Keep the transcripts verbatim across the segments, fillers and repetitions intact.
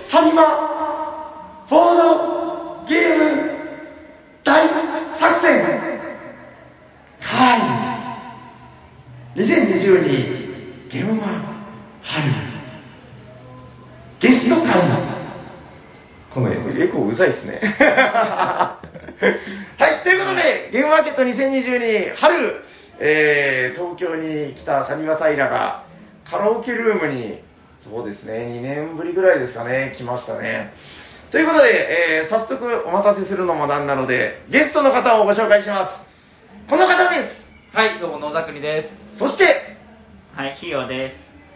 サニバボードゲーム大作戦会にせんにじゅうにゲームマ春ゲスト会。このエコーうざいっすねはい、ということでゲームマーケットにせんにじゅうに春、えー、東京に来たサニバタイラがカラオケルームにそうですねにねんぶりぐらいですかね来ましたね。ということで、えー、早速お待たせするのもなんなのでゲストの方をご紹介します。この方です。 はい、どうも野崎です。 そしてはい、ひよです。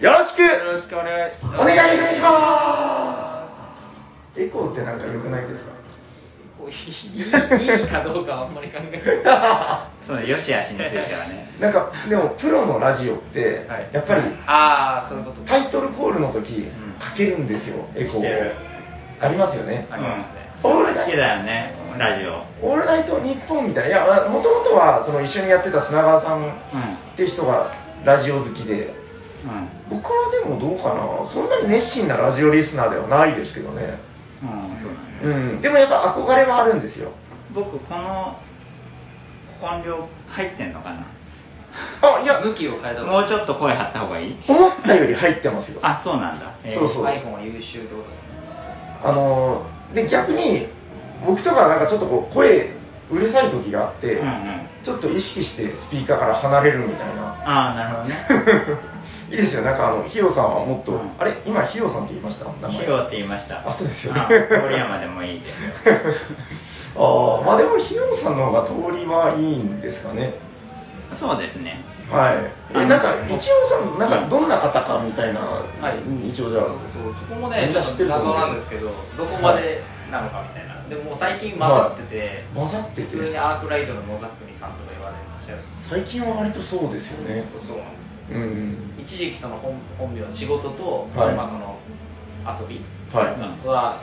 よろしくよろしくお願いお願いします。エコーってなんか良くないですか？ いい, いいかどうかあんまり考えてないそうよしあしについてはねなんかでもプロのラジオって、はい、やっぱりああそういうことタイトルコールの時、うん、かけるんですよエコーありますよね。 ありますね。 オール好きだよねラジオオールナイトニッポンみたいないやもともとはその一緒にやってた砂川さんっていう人がラジオ好きで、うん、僕はでもどうかなそんなに熱心なラジオリスナーではないですけどね。 うん、そうなんね、 うん、でもやっぱ憧れはあるんですよ。 僕この音量入ってんのかなあ、いや向きを変えたもうちょっと声張った方がいい思ったより入ってますよあ、そうなんだ、 えー、そうそう iPhone は優秀ってことですね。 あので逆に僕とかなんかちょっとこう声うるさい時があって、うんうん、ちょっと意識してスピーカーから離れるみたいな。 ああ、なるほどねいいですよ。なんかあのヒヨさんはもっと、うん、あれ今ヒヨさんって言いました？ ヒヨって言いました。 あ、そうですよね。 通り山でもいいですよああ、まあでもヒヨさんの方が通りはいいんですかね。 そうですね。 はい。え、なんか一応さんなんかどんな方かみたいな、はい、一応じゃあそうそこもねちょっと謎なんですけど、どこまでなのかみたいな。でも最近混ざってて、 はい、混ざってて普通にアークライトの野崎さんとか言われましたよ。 最近は割とそうですよね。 そうそうなんです。 うん、 一時期その 本, 本名仕事と、はい、まあ、その遊びは、はい、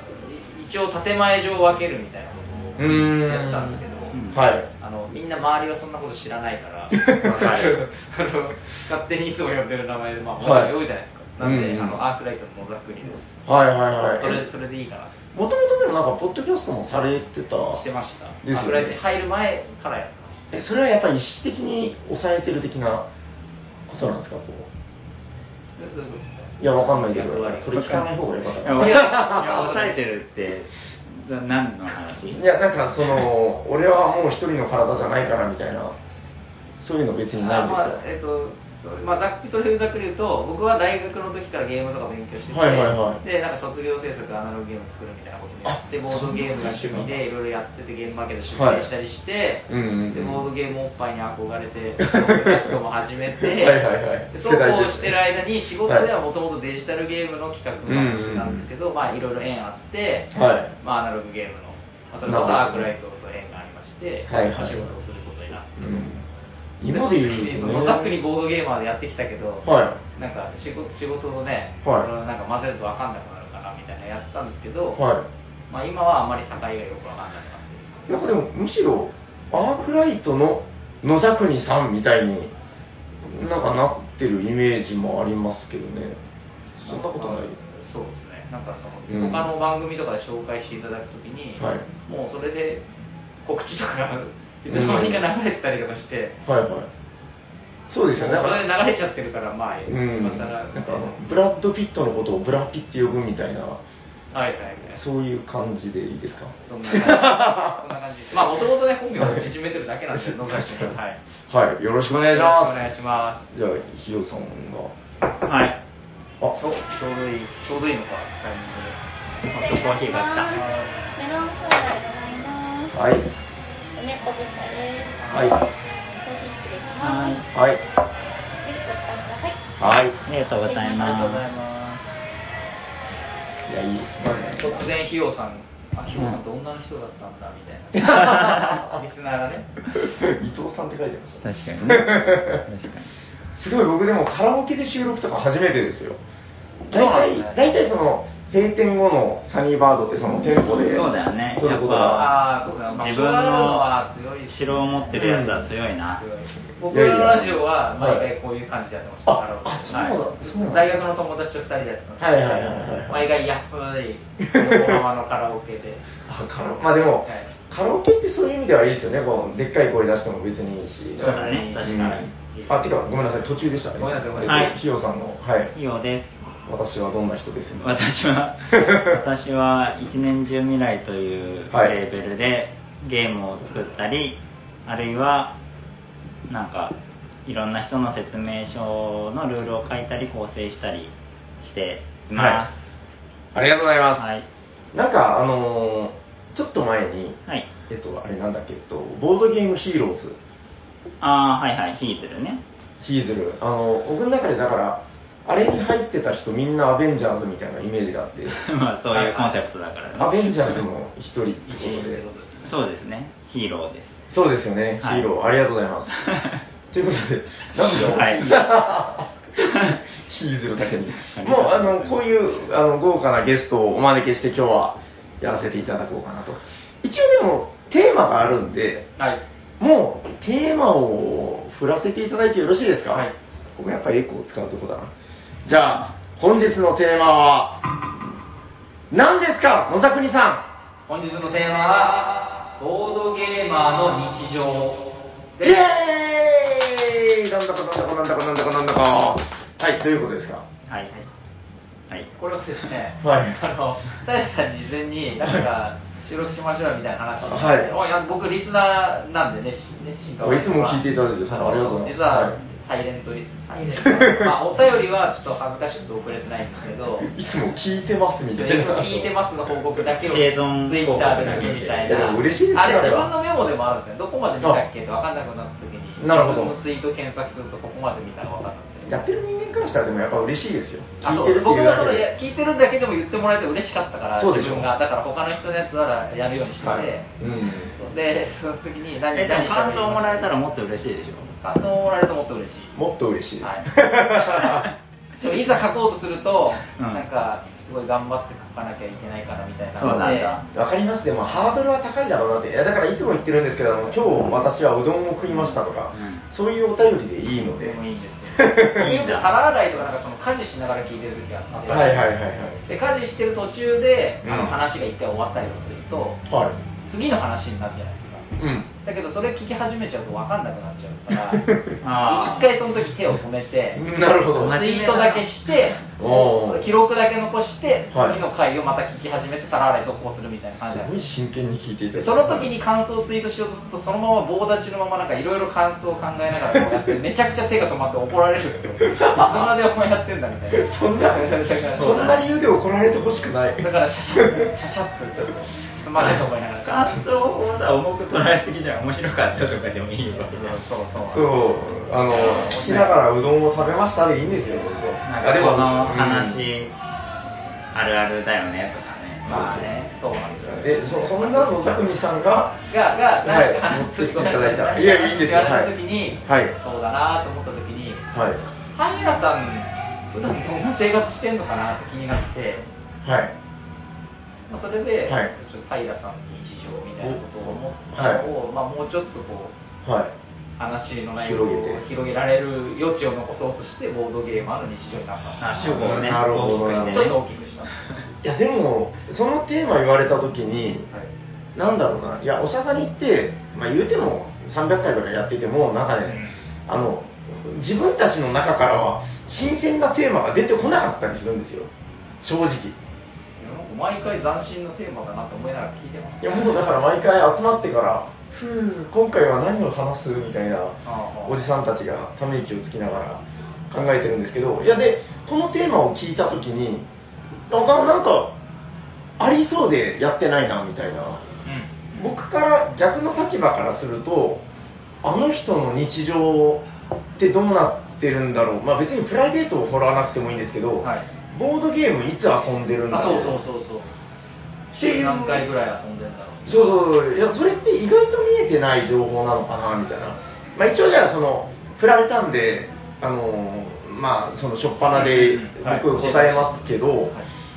一応建前上分けるみたいなことをやってたんですけど、はい、あのみんな周りはそんなこと知らないからあの勝手にいつも呼んでる名前で、まあ、もちろん酔うじゃないですか、はい、なんで、うん、あのアークライトの野ざっくりです。 はいはいはい。 それそれでいいかな。 もともとでもなんかポッドキャストもされてたしてました。 ですよね。 アークライトに入る前からやってました。 え、それはやっぱり意識的に抑えてる的なことなんですか？こういや、わかんないけど、それ聞かない方がよかったな。 いや、抑えてるって何の話？ いや、なんかその俺はもう一人の体じゃないからみたいな、そういうの別にないんですか？ まあ、えっとそれまあ、ざっくりそれをざっくり言うと、僕は大学の時からゲームとか勉強してて、 はいはいはい、 でなんか卒業制作アナログゲーム作るみたいなこともやって、ボードゲームが趣味でいろいろやってて、ゲームマーケット出展したりして、はい、でボードゲームおっぱいに憧れてポッドキャストも始めてはいはい、はい、でそうこうしてる間に仕事ではもともとデジタルゲームの企画の話なんですけど、はい、まあいろいろ縁あって、はい、まあ、アナログゲームの、まあ、それこそアークライトと縁がありまして、はいはい、仕事をすることになって、うん今で言うとね、 ざっくりボードゲーマーでやってきたけど、はい、なんか仕事仕事のね、はい、そのなんか混ぜると分かんなくなるかなみたいなやってたんですけど、はい、まあ、今はあんまり境がよく分かんなくなってる。 なんかでもむしろアークライトの野ざくにさんみたいになんかなってるイメージもありますけどね。そんなことない？ そうですね。なんかその、うん、他の番組とかで紹介していただくときに、はい、もうそれで告知とかいつの間にか流れてたりとかして、 うん、はいはい、そうですよね。 それで流れちゃってるから、まあ、うん、今更なんかあのブラッド・ピットのことをブラピって呼ぶみたいな、 はいはいはい、 そういう感じでいいですか？ そんな感じ。そんな感じ。まあもともとね本名を縮めてるだけなんですけど、 確かに。はい、はい、よろしくお願いします。 よろしくお願いします。 じゃあひよさんが、 はい。 あ、ちょうどいいちょうどいいのかタイミングで。 ホットコーヒーが来た。 メロンソーダでございます。 はい。 梅昆布茶です。 はい。 コーヒー失礼します。 はい。はい。 はい、お使いください。 はい。 ありがとうございます。 ありがとうございます。 いや、いいですね。 突然ひよさん、あ、ひよさんって女の人だったんだみたいな。リスナーがね。 伊藤さんって書いてました。 確かにね。確かに。 すごい僕でもカラオケで収録とか初めてですよ。大体、大体その閉店後のサニーバードってその店舗でそうだよね、 取ることが、 あーそうだ、まあ、 自分の強い城を持ってるやつは強いな、 うん、僕のラジオは毎回こういう感じでやってました。 はい、あ、そうだ、そうだ。 大学の友達とふたりでやってたんですけど、 はいはいはいはい、 毎回安い横浜のカラオケで。 あ、カラまあでも、はい、カラオケってそういう意味ではいいですよね。こうでっかい声出しても別にいいし。 そうだね、確かに。 うん、あ、てかごめんなさい、途中でしたね。 ごめんなさい、ごめんなさい。 はい、ひよさんの、はい。 ひよです。 私はどんな人ですか。 私は私は一年中未来というレーベルでゲームを作ったり、はい、あるいはなんかいろんな人の説明書のルールを書いたり構成したりしています、はい、 ありがとうございます、 はい、 なんかあのー、ちょっと前に、 はい、 えっとあれなんだっけ、えっとボードゲームヒーローズ、 ああはいはい、ヒーズルね、 ヒーズル、あの僕の中でだからあれに入ってた人みんなアベンジャーズみたいなイメージがあってまあそういうコンセプトだからね、 アベンジャーズの一人ってことでそうですね、ヒーローです。 そうですよね、 はい、 ヒーロー、ありがとうございますということで、なんではい、 ヒーズルだけにもうあのこういうあの豪華なゲストをお招きして今日はやらせていただこうかなと。一応でもテーマがあるんで、はい、もうテーマを振らせていただいてよろしいですか。はい、ここやっぱエコーを使うとこだな。じゃあ本日のテーマは何ですか、野沢国さん。本日のテーマはボードゲーマーの日常です。イエーイ、なんだかなんだかなんだかなんだかなんだか、はい、ということですか。 はいはい、 これはですね、 はい、 あの大地さんに事前になんか収録しましょうみたいな話をして、はい、いや僕リスナーなんでね、熱心かいつも聞いていただいてありがとうございます。 実は、はい、サイレントリスサイレントまあお便りはちょっと恥ずかしくて送れてないんですけどいつも聞いてますみたいな、 聞いてますの報告だけをツイッターでだけみたいな、 嬉しいですね、 あれ自分のメモでもあるんですね、どこまで見たっけって分かんなくなった時になるほど、 自分のツイート検索するとここまで見たら分かんなくて、 やってる人間からしたらでもやっぱ嬉しいですよ。 あ、そう、僕もその聞いてるだけでも言ってもらえて嬉しかったから、自分がだから他の人のやつはやるようにしてて、はい、うん、そうでその時に何えでも感想をもらえたらもっと嬉しいでしょ。 感想をもらえるともっと嬉しい。 もっと嬉しいです。 はい、でもいざ書こうとすると、うん、なんかすごい頑張って書かなきゃいけないからみたいなので。 わかります。でもハードルは高いだろうなって。いやだからいつも言ってるんですけど、今日私はうどんを食いましたとか、うん、そういうお便りでいいので。 でもいいんですよ。よく皿洗いとかなんかその家事しながら聞いてる時があって、はいはいはいはい。で家事してる途中で、あの話が一回終わったりとかすると、うん、はい、次の話になるじゃないですか。うん、だけどそれ聞き始めちゃうと分かんなくなっちゃうから一回その時手を止めてなるほど、 ツイートだけして記録だけ残して次の回をまた聞き始めて皿洗い続行するみたいな感じですごい真剣に聞いていただいて、 その時に感想をツイートしようとするとそのまま棒立ちのままなんかいろいろ感想を考えながらこうやってめちゃくちゃ手が止まって怒られるんですよいつまでお前やってんだみたいなそんなそんな理由で怒られてほしくないだからシャシャッシャシャッとちょっとすまないと思いながら感想をさ重く捉えすぎじゃ面白かったとかでもいいわけじゃん。 そうそうそうあの聞きながらうどんを食べましたでいいんですよ。 なんかこの話、うん、あるあるだよねとかね。 まあね、そうなんですよ。 でそそんな野沢さんがががなんか話すいただいたいやいいんですよ。言われた時に、はい、そうだなと思った時に、はい、平さん普段どんな生活してんのかなって気になって、はい。まあ、それで、はい、ちょっと平さんの日常みたいなことを思ったのを、はい、まあ、もうちょっとこう、はい、話の内容を広げられる余地を残そうとしてボードゲーマーの日常になったんです。 主語をね、 なるほど、 ちょっと大きくした。いやでもそのテーマ言われた時に、はい、なんだろうな、いやおしゃさにって、まあ、言うてもさんびゃっかいぐらいやっててもなんかね、うん、あの自分たちの中からは新鮮なテーマが出てこなかったりするんですよ、正直。 毎回斬新なテーマだなと思いながら聞いてます。 いやもうだから毎回集まってからふう今回は何を話すみたいなおじさんたちがため息をつきながら考えてるんですけど、いやでこのテーマを聞いた時になんかありそうでやってないなみたいな、うん、僕から逆の立場からするとあの人の日常ってどうなってるんだろう、まあ別にプライベートを掘らなくてもいいんですけど、はい、ボードゲームいつ遊んでるんだろう、 そうそうそうそう週何回ぐらい遊んでるんだろう、 そうそうそう、いやそれって意外と見えてない情報なのかなみたいな、まあ、一応じゃあその振られたんであのまあその初っ端で僕答えますけど、はいはい、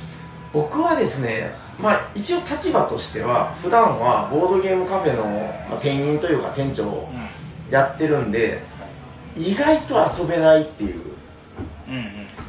僕はですね、まあ、一応立場としては普段はボードゲームカフェの、まあ、店員というか店長をやってるんで、意外と遊べないっていう、うんうん、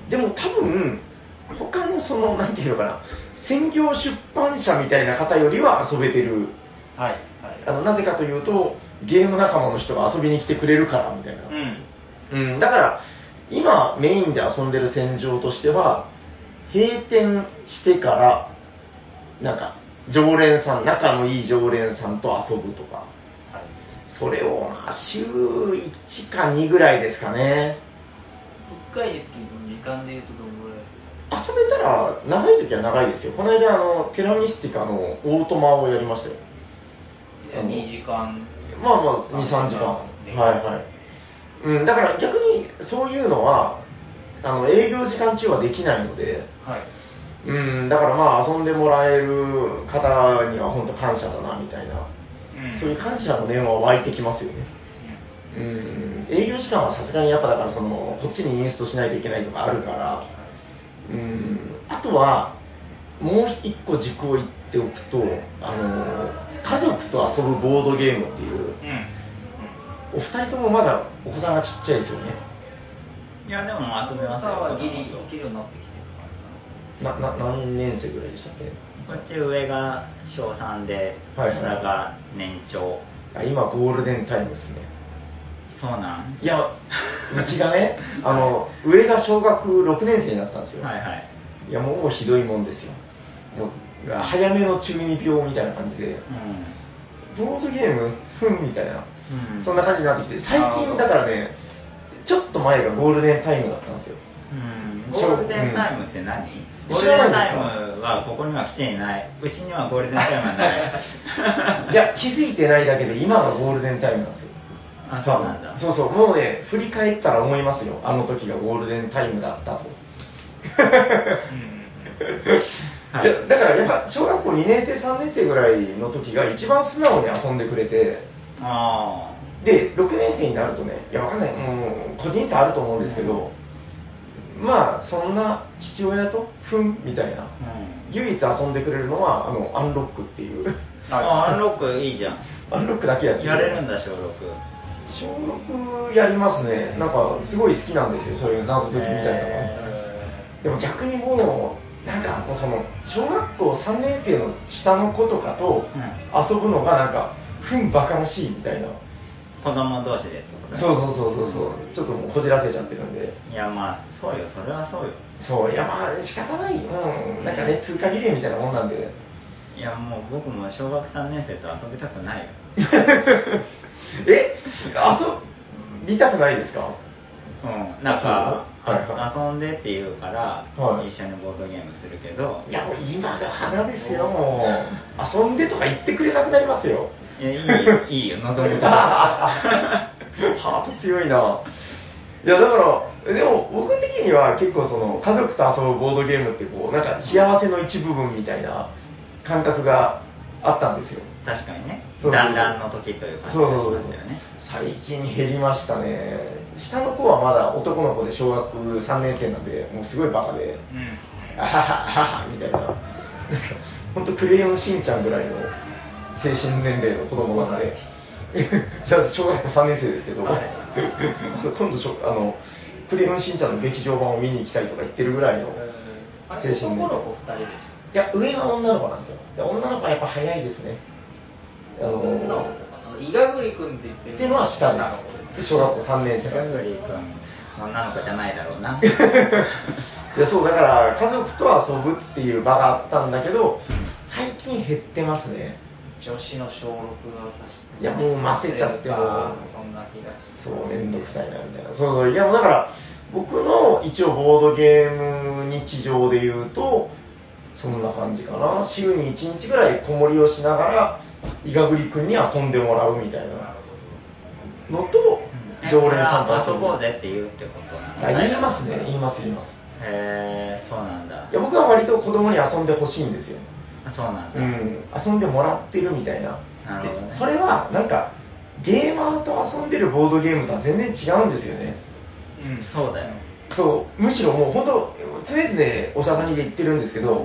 でも多分他のそのなんていうのかな、専業出版社みたいな方よりは遊べてる、はいはい、あのなぜかというとゲーム仲間の人が遊びに来てくれるからみたいな、うんうん、だから今メインで遊んでる戦場としては閉店してからなんか常連さん、仲のいい常連さんと遊ぶとか、はい、それをまあ週いちかにぐらいですかね。 いっかいにつき時間でいうとどのぐらいですか？ 遊べたら長い時は長いですよ。この間あのテラミスティカのオートマをやりましたよ。 にじかん、 まあまあにさんじかん、はいはい、うん、だから逆にそういうのはあの営業時間中はできないので、はい、うん、だからまあ遊んでもらえる方には本当感謝だなみたいな、うん、そういう感謝の念は湧いてきますよね。うん、営業時間はさすがにやっぱだからそのこっちにインストしないといけないとかあるから、うん、あとはもう一個軸を言っておくと、あの家族と遊ぶボードゲームっていう、うん、お二人ともまだお子さんがちっちゃいですよね。 いやでも遊びますよ。 はギリ起きるようになってきてるなな何年生ぐらいでしたっけ？ こっち上が小さんで、はいはい、下が年長。 あ、今ゴールデンタイムですね。 そうなん？ いや、うちがね、あの上が小学ろくねん生になったんですよ。はいはい。いやもうひどいもんですよ。もう早めの中二病みたいな感じで、うん、ボードゲームふんみたいな、うん、そんな感じになってきて、最近だからね、ちょっと前がゴールデンタイムだったんですよ。 うん、ゴールデンタイムって何？うん、ゴールデンタイムはここには来ていない。うちにはゴールデンタイムはない。 いや、気づいてないだけで今がゴールデンタイムなんですよ。 あ、そうなんだ。 そうそう、もうね、振り返ったら思いますよ。あの時がゴールデンタイムだったと。はい、いやだからやっぱ小学校にねん生さんねん生ぐらいの時が一番素直に遊んでくれて、あでろくねん生になるとね、いやわかんない、もう個人差あると思うんですけど、うん、まあそんな父親とふんみたいな、うん、唯一遊んでくれるのはあのアンロックっていうあアンロックいいじゃん。 アンロックだけやってやれるんだ。小ろく小ろくやりますね。なんかすごい好きなんですよ、そういう謎解きみたいなのが。でも逆にもうなんかもうその小学校さんねん生の下の子とかと遊ぶのがなんかふんバカらしいみたいな、 子供同士でってことね。 そうそうそうそうそう、ちょっともうこじらせちゃってるんで。 いやまあそうよ、それはそうよ。 そう、いやまあ仕方ない、うん、なんかね通過儀礼みたいなもんなんで。 いやもう僕も小学さんねん生と遊びたくないよ。 え、遊びたくないですか？ うん、なんか、はいはい、遊んでって言うから、はい、一緒にボードゲームするけど、 いやもう今が花ですよ。もう遊んでとか言ってくれなくなりますよ。 いやいいよいいよ、望むハート強いな。いやだからでも僕的には結構その家族と遊ぶボードゲームってこうなんか幸せの一部分みたいな感覚があったんですよ。 確かにね。だんだんの時という感じがしますよね。 最近減りましたね。下の子はまだ男の子で小学さんねん生なんで、もうすごいバカで、うん、あははははみたいな、なんか本当クレヨンしんちゃんぐらいの精神年齢の子供なんで、小学校さんねん生ですけど、はい、今度しょあのクレヨンしんちゃんの劇場版を見に行きたいとか言ってるぐらいの精神年齢。男の子ふたりです。いや上が女の子なんですよ。で女の子はやっぱ早いですね。あの伊賀栗君って言ってるっていうのは下です。小学校さんねん生です。伊賀栗君女の子じゃないだろうな。 いやそうだから家族と遊ぶっていう場があったんだけど、最近減ってますね。 女子の小ろくがさしいやもう混ぜちゃってもそんな気がしそうめんどくさいなみたいな。そうそう、いやもうだから僕の一応ボードゲーム日常で言うとそんな感じかな。週にいちにちぐらい子守りをしながら伊賀栗君に遊んでもらうみたいなのと、常連さんと遊ぼうぜって言うってことなの？ 言いますね、言います言います。 へえ、そうなんだ。 いや僕は割と子供に遊んでほしいんですよ。 あ、そうなんだ、 うん、遊んでもらってるみたいな。 なるほどね。 それはなんかゲーマーと遊んでるボードゲームとは全然違うんですよね。 うん、そうだよ。 そう、むしろもう本当常々おしゃさんにで言ってるんですけど、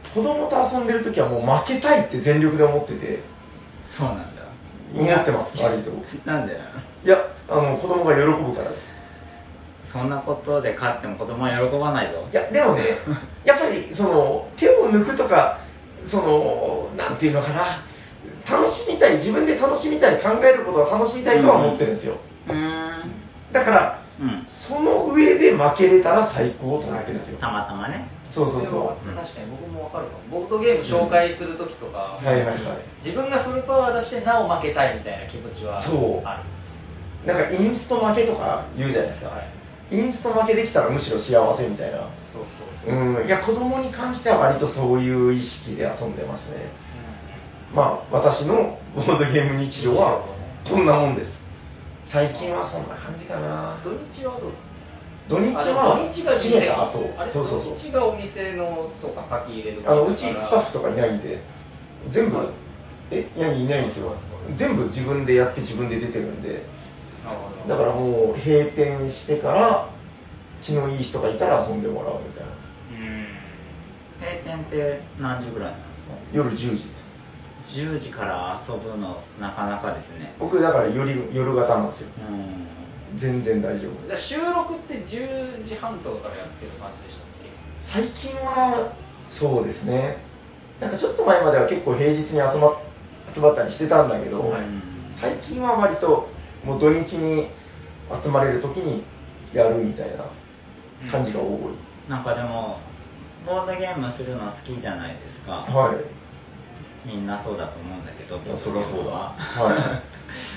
子供と遊んでる時はもう負けたいって全力で思ってて。 そうなんだ。 思ってます、割と。 なんでなの？ いや、あの、子供が喜ぶからです。 そんなことで勝っても子供は喜ばないぞ。 いや、でもね、やっぱり、その、手を抜くとか、その、なんていうのかな、楽しみたい、自分で楽しみたい、考えることを楽しみたいとは思ってるんですよ。 うーん。 だから、 うん、 その上で負けれたら最高と思ってるんですよ。 たまたまね。 そうそうそう。 確かに僕もわかるかも。ボードゲーム紹介するときとか、 うん、はいはいはい。 自分がフルパワー出してなお負けたいみたいな気持ちはある。そう。 なんかインスト負けとか言うじゃないですか。はい、インスト負けできたらむしろ幸せみたいな。そうそうそう。うん。いや、子供に関しては割とそういう意識で遊んでますね。うん、まあ、私のボードゲーム日常はこんなもんです。最近はそんな感じかな。 土日はどうですか？ 土日は土日が閉めた後、 そうそうそう。土日がお店のそうか書き入れとか。 あのうちスタッフとかいないんで、全部、え、いやいないんですよ。全部自分でやって自分で出てるんで、だからもう閉店してから気のいい人がいたら遊んでもらうみたいな。 うん。閉店って何時ぐらいなんですか？ 夜じゅうじです。 じゅうじから遊ぶのなかなかですね。 僕だから夜夜型なんですよ。 うん。 全然大丈夫。 じゃあ収録ってじゅうじはんとかからやってる感じでしたっけ？ 最近はそうですね。なんかちょっと前までは結構平日に集ま集まったりしてたんだけど、はい、最近は割ともう土日に集まれる時にやるみたいな感じが多い。うん、 なんかでもボードゲームするの好きじゃないですか。 はい。 みんなそうだと思うんだけど、 そりゃそうだ。 はい。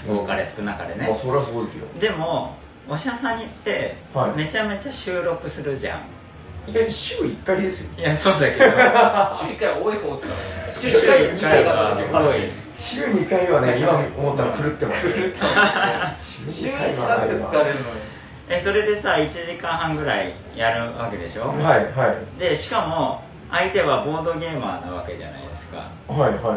多かれ少なかれね。 まあそりゃそうですよ。 でもおしゃさにってめちゃめちゃ収録するじゃん。 え、週いっかいですよ。 いや、そうだけど週いっかい多い方ですからね。週いっかいが多い。 週にかいはね、今思ったら狂ってます。狂ってます。週にかいはないな。疲れるのに。 え、それでさ、いちじかんはんぐらいやるわけでしょ？ はいはい。 で、しかも相手はボードゲーマーなわけじゃないですか。 はいはい。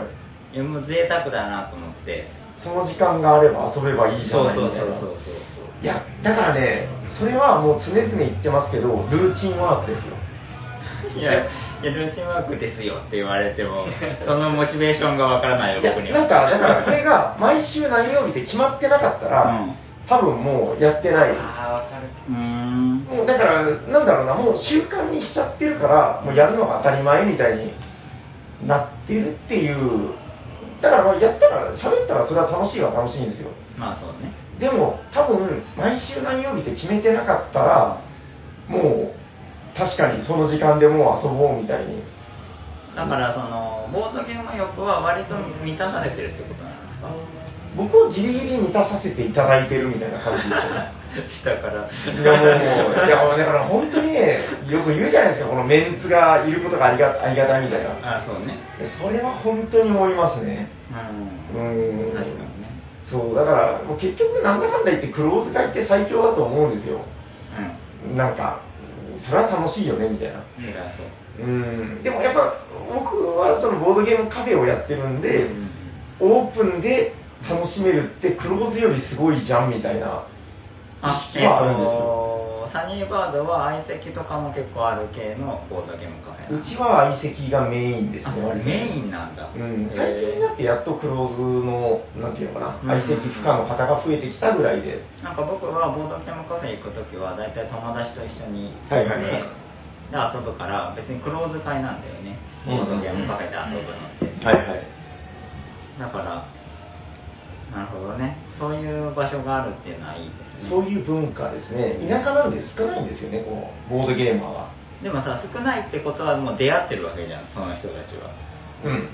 いや、もう贅沢だなと思って。 その時間があれば遊べばいいじゃないみたいな。 そうそうそうそうそう。 いや、だからね、それはもう常々言ってますけど、ルーチンワークですよ。 いや、いやルーチンワークですよって言われても、そのモチベーションがわからないよ、僕には。 なんか、だからこれが毎週何曜日って決まってなかったら、うん、多分もうやってない。 ああ、わかる。 うーん。 もうだから、なんだろうな、もう習慣にしちゃってるから、もうやるのが当たり前みたいになってるっていう。だからまあやったら、喋ったらそれは楽しいは楽しいんですよ。 まあそうね。 でも多分毎週何曜日って決めてなかったら、もう確かにその時間でもう遊ぼうみたいに。 だからそのボードゲーム欲は割と満たされてるってことなんですか？ 僕はギリギリ満たさせていただいてるみたいな感じですよね。 下から。 いやもう、いやだから本当にね、よく言うじゃないですか、このメンツがいることがありがありがたいみたいな。 あ、そうね。 それは本当に思いますね。 うん。 うん。 確かにね。 そうだからもう結局なんだかんだ言ってクローズ会って最強だと思うんですよ。うん。なんかそれは楽しいよねみたいな。 それはそう。 うん。でもやっぱ僕はそのボードゲームカフェをやってるんで、うん、オープンで楽しめるってクローズよりすごいじゃんみたいな意識はあるんですよ。 サニーバードは相席とかも結構ある系のボードゲームカフェ。 うちは相席がメインですね。 メインなんだ。 うん。最近になってやっとクローズのなんていうのかな、相席不可の方が増えてきたぐらいで。 なんか僕はボードゲームカフェ行くときは大体友達と一緒に行って、 はいはいはい、 で遊ぶから別にクローズ会なんだよね。ボードゲームカフェで遊ぶのって。 はいはい。 だからなるほどね。そういう場所があるっていうのはいいですね。 そういう文化ですね。田舎なんで少ないんですよね、こうボードゲーマーは。 でもさ、少ないってことはもう出会ってるわけじゃん、その人たちは。 うん。うん。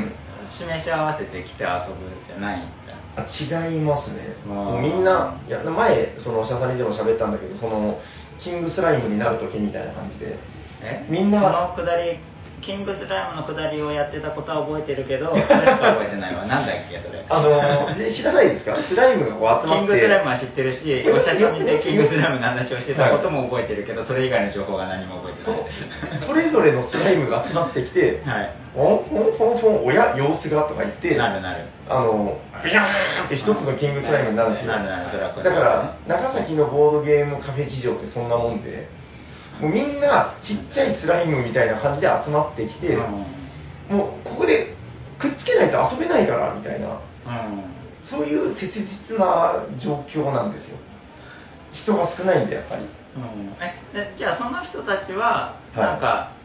示し合わせてきて遊ぶんじゃないんだ。 あ、違いますね。もうみんな、いや前そのおしゃさにでも喋ったんだけど、そのキングスライムになる時みたいな感じで。 え？ みんな。 そのくだり。キングスライムのくだりをやってたことは覚えてるけど、それしか覚えてないわ。なんだっけそれ。 あのー、知らないですか？スライムがこう集まって。 キングスライムは知ってるし、おしゃさにでキングスライムの話をしてたことも覚えてるけど、それ以外の情報が何も覚えてない。 それぞれのスライムが集まってきて、はい、フォンフォンフォンフォン、おや様子がとか言って、 なるなる。 あのビャーンって一つのキングスライムになるんですよ。 なるなる。 だから長崎のボードゲームカフェ事情ってそんなもんで。 もうみんなちっちゃいスライムみたいな感じで集まってきて、うん、もうここでくっつけないと遊べないからみたいな、うん、そういう切実な状況なんですよ。人が少ないんでやっぱり、うん、 えでじゃあその人たちはなんか、はい、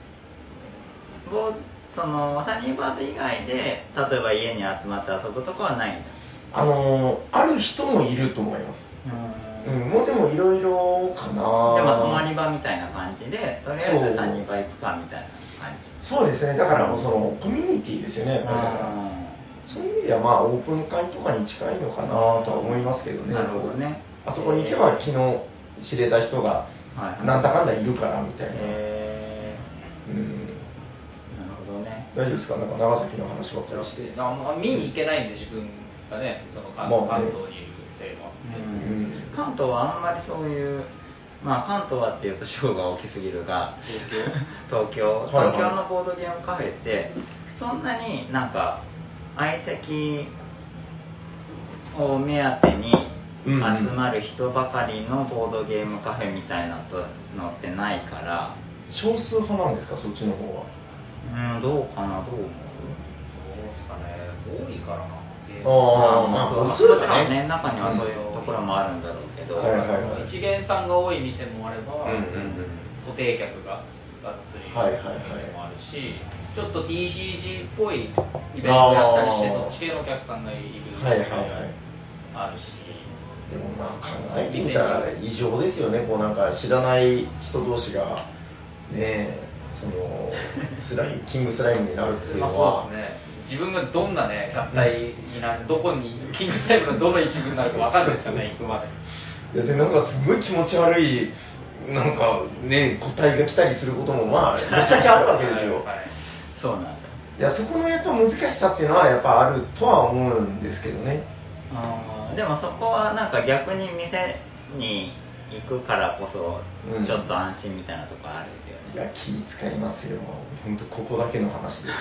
そのサニーバード以外で例えば家に集まって遊ぶとかはないんだ。 あのある人もいると思います。うん、うん、もうでもいろいろかな。 でも泊まり場みたいな感じでとりあえずサニーバー行くかみたいな感じ。 そうですね。だからそのコミュニティですよね。だからそういう意味ではまあオープン会とかに近いのかなとは思いますけどね。 なるほどね。 あそこに行けば昨日知れた人がなんだかんだいるからみたいな。へー、うん、なるほどね。大丈夫ですか。なんか長崎の話ばっかりして。 あ見に行けないんで自分がね、その関東、まあね、関東にいるせいもあって、うん、 関東はあんまりそういうまあ関東はっていうと主語が大きすぎるが東京東京東京のボードゲームカフェってそんなになんか相席を目当てに集まる人ばかりのボードゲームカフェみたいなのってないから。 少数派なんですか、そっちの方は。 うん、どうかな、どう思う。どうですかね、多いからな。 ああ、まあそう、もちろんね、中にはそういうところもあるんだろうけど、はいはいはい、一元さんが多い店もあれば、うんうんうん、固定客ががっつりいる店もあるし、はいはいはい、ちょっと ティーシージー っぽいイベントをやったりして、そっち系のお客さんがいる店もあるし。 でもまあ考えてみたら異常ですよね。こうなんか知らない人同士がね、そのスライキングスライムになるっていうのは、 まあそうですね。自分がどんなね合体になる、どこにキングスライムのどの一部になるか分かんないですよね、行くまで。 いやでなんかすごい気持ち悪いなんかね個体が来たりすることもまあぶっちゃけあるわけですよ。はい、 そうなんだ。 いやそこのやっぱ難しさっていうのはやっぱあるとは思うんですけどね。 あでもそこはなんか逆に店に行くからこそちょっと安心みたいなとこあるよね。 いや気遣いますよ。本当ここだけの話です。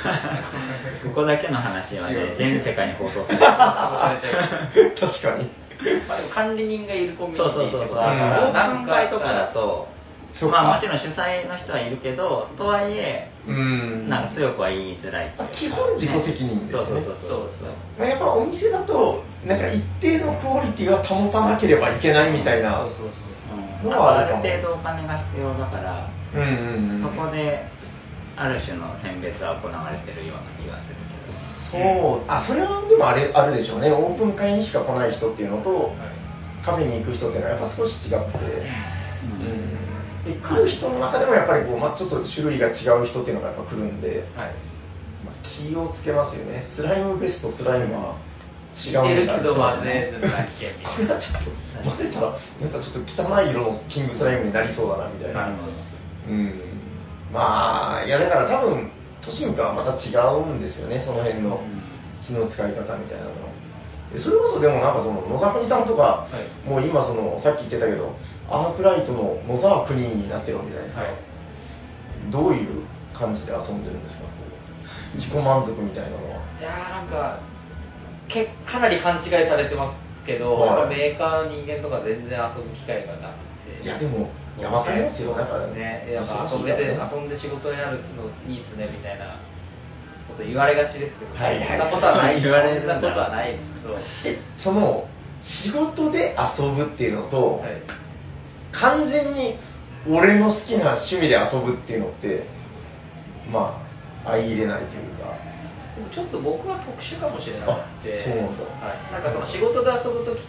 ここだけの話はね全世界に放送されちゃう。確かに。 まあでも管理人がいるコミュニティそうそうそうそう。オープン会とかだと。まあもちろん主催の人はいるけどとはいえうんなんか強くは言いづらいっていうか、 基本自己責任ですね。 そうそうそうそうそう。 まあ、やっぱお店だとなんか一定のクオリティが保たなければいけないみたいなのはあるかも。ある程度お金が必要だから、うんうんうん、そこである種の選別は行われてるような気がするけど。そうあそれはでもあれあるでしょうね。オープン会にしか来ない人っていうのと、はい、カフェに行く人っていうのはやっぱ少し違くて。うんうんで来る人の中でもやっぱりこう、まあ、ちょっと種類が違う人っていうのがやっぱ来るんで、はいまあ、気をつけますよね。スライムベストスライムは違うんだけど、まずね、これはちょっと混ぜたらなんかちょっと汚い色のキングスライムになりそうだなみたいな。うんまあいやだから多分都心とはまた違うんですよね、その辺の気の使い方みたいなのは。それこそでもなんかその野沢国さんとか、はい、もう今そのさっき言ってたけどアークライトの野沢国になってるわけじゃないですか、はい、どういう感じで遊んでるんですか、こう自己満足みたいなのは。 いやーなんかけかなり勘違いされてますけど、はい、メーカー人間とか全然遊ぶ機会がなくて。 いやでもいや分かりますよ、なんかね、やっぱ遊べて、ね、遊んで仕事になるのいいっすねみたいなこと言われがちですけど、はいはい、そんなことはない言われるなことはないですけど、その仕事で遊ぶっていうのと、はい、完全に俺の好きな趣味で遊ぶっていうのってまあ相入れないというか。 でもちょっと僕は特殊かもしれなくて、 そうなんだ、 はい、なんかその仕事で遊ぶ時って、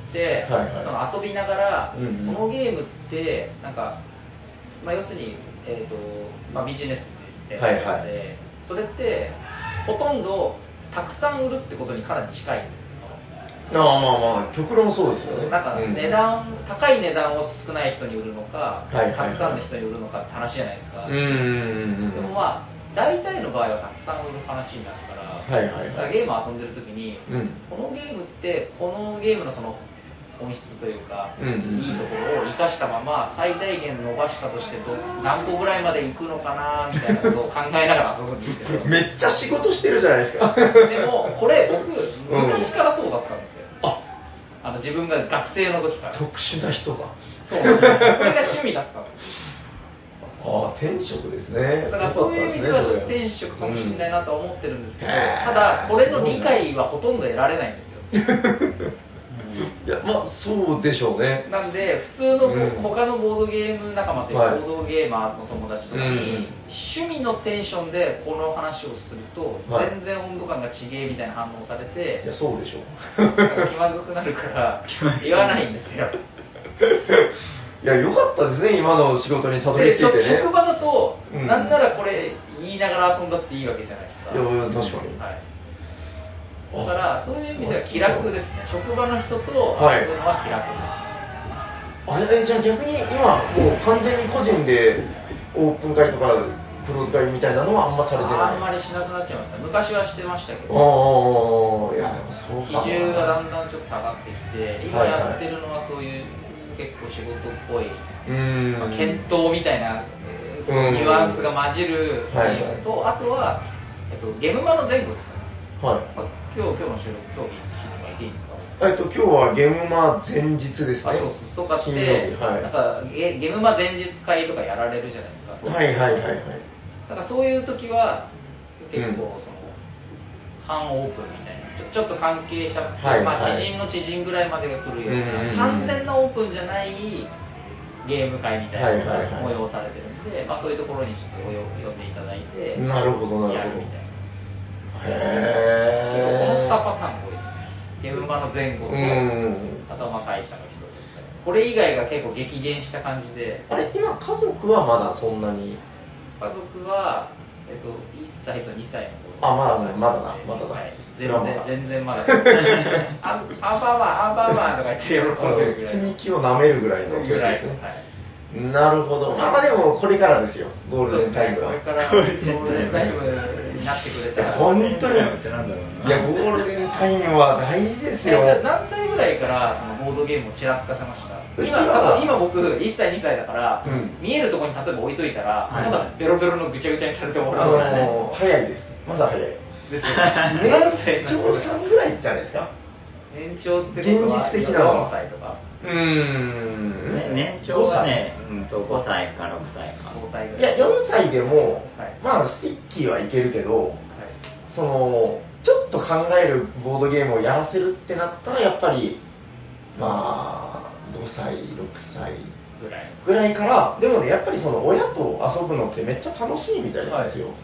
はいはい、その遊びながら、うんうん、このゲームってなんか、まあ、要するに、えーとまあ、ビジネスって言ってるので、はいはい、それってほとんどたくさん売るってことにかなり近いんですよ。 そのああまあまあ極論そうですよね。 なんか値段、うん、高い値段を少ない人に売るのか、はいはいはい、たくさんの人に売るのかって話じゃないですか。うんうんうん、でもまあ大体の場合はたくさん売る話になるから、はいはいはい、ゲームを遊んでる時に、うん、このゲームってこのゲームのその本質というか、うんうん、いいところを生かしたまま最大限伸ばしたとしてど何個ぐらいまでいくのかなみたいなことを考えながら遊ぶんですけどめっちゃ仕事してるじゃないですか。 でもこれ僕昔からそうだったんですよ、うん、ああの自分が学生の時から。 特殊な人だ。 そうこれが趣味だったんです。 ああ、天職ですね。 だからそういう意味ではちょっと天職かもしれないなとは思ってるんですけど、うん、ただこれの理解はほとんど得られないんですよ。 いや、まあそうでしょうね。 なんで普通の、うん、他のボードゲーム仲間というか、はい、ボードゲーマーの友達とかに、うん、趣味のテンションでこの話をすると、はい、全然温度感が違えみたいな反応されて、 いやそうでしょう。なんか気まずくなるから言わないんですよ。 いや、良かったですね、今の仕事にたどり着いてね。 職場だと、うん、なんならこれ言いながら遊んだっていいわけじゃないですか。 いや、確かに。 はい、だからそういう意味では気楽ですね。職場の人と遊ぶのは気楽です。 はい、あれじゃあ逆に今もう完全に個人でオープン会とかクローズ会みたいなのはあんまされてない。 あんまりしなくなっちゃいました。昔はしてましたけど。 ああ、いやでもそうか。 比重がだんだんちょっと下がってきて、今やってるのはそういう結構仕事っぽい、うんまあ、検討みたいなニュアンスが混じるゲームと、はいはい、あとは、えっと、ゲームマの前後ですよね。はい、まあ、今日今日の収録今日とか言っていいんですか？ えっと今日はゲームマ前日ですね。 あ、そうそうとかって、はい、なんかゲゲームマ前日会とかやられるじゃないですか。 はいはいはいはい。 だからそういう時は結構その、うん、半オープンみたいなちょ、ちょっと関係者、はいはい、まあ、知人の知人ぐらいまでが来るような、うんうん、完全なオープンじゃないゲーム会みたいなのが催されてるんで、はいはいはい、まあ、そういうところにちょっと呼んでいただいて、 なるほどなるほど、 やるみたいな。 へえ。 このにパターンが多いですね。ゲームマの前後と、うん、あとはまあ会社の人とか。これ以外が結構激減した感じで。 あれ今家族はまだそんなに？ 家族は、えっと、いっさいとにさいの子。 あ、まだね、まだだ、まだだ。 はい、全然、全然まだ。アンパンマン、アンパンマンとか言って喜んでるぐらい。 積み木を舐めるぐらいの年ですね。はい、なるほど。まあでもこれからですよ、ゴールデンタイムは。 これからゴールデンタイムになってくれたら。 本当に。いや、ゴールデンタイムは大事ですよ。 じゃあ何歳ぐらいからそのボードゲームをちらつかせました？今, 今僕いっさいにさいだから、うん、見えるところに例えば置いといたら、はい、まだベロベロのぐちゃぐちゃにされてもらうからね。 早いです。まだ早い。ですよね。年長さんぐらいじゃないですか。 年長ってことは現実的なよんさいとか。 うーん、 ね、年長はね、うん、そうごさいかろくさいか。 ごさいぐらい。 いや、よんさいでも、はい、まあスティッキーはいけるけど、はい、そのちょっと考えるボードゲームをやらせるってなったらやっぱりまあごさいろくさいぐらいぐらいから。でもね、やっぱりその親と遊ぶのってめっちゃ楽しいみたいなんですよ。はい、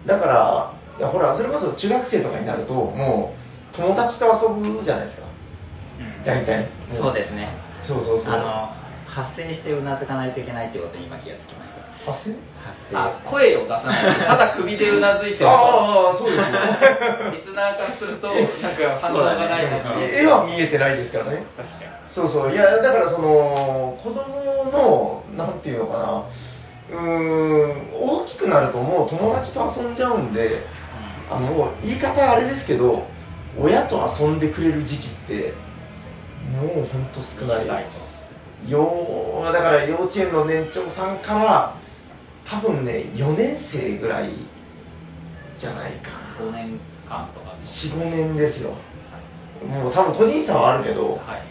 だからいやほら、それこそ中学生とかになるともう友達と遊ぶじゃないですか、うん、大体。 そうですね。 そうそうそう。 あの発声してうなずかないといけないっていうことに今気がつきました。 発声？ 発声。 あ、声を出さない。ただ首でうなずいてると。 ああ、そうですよ。 リスナーからするとなんか反応がないなって。 絵は見えてないですからね。 確かに。 そうそう。いやだからその子供のなんていうのかな。うーん、大きくなるともう友達と遊んじゃうんで、あのもう言い方あれですけど、親と遊んでくれる時期ってもうほんと少ない。よだから幼稚園の年長さんから多分ねよねん生ぐらいじゃないかな。 ごねんかんとかよん、ごねんですよ。もう多分個人差はあるけど、はい、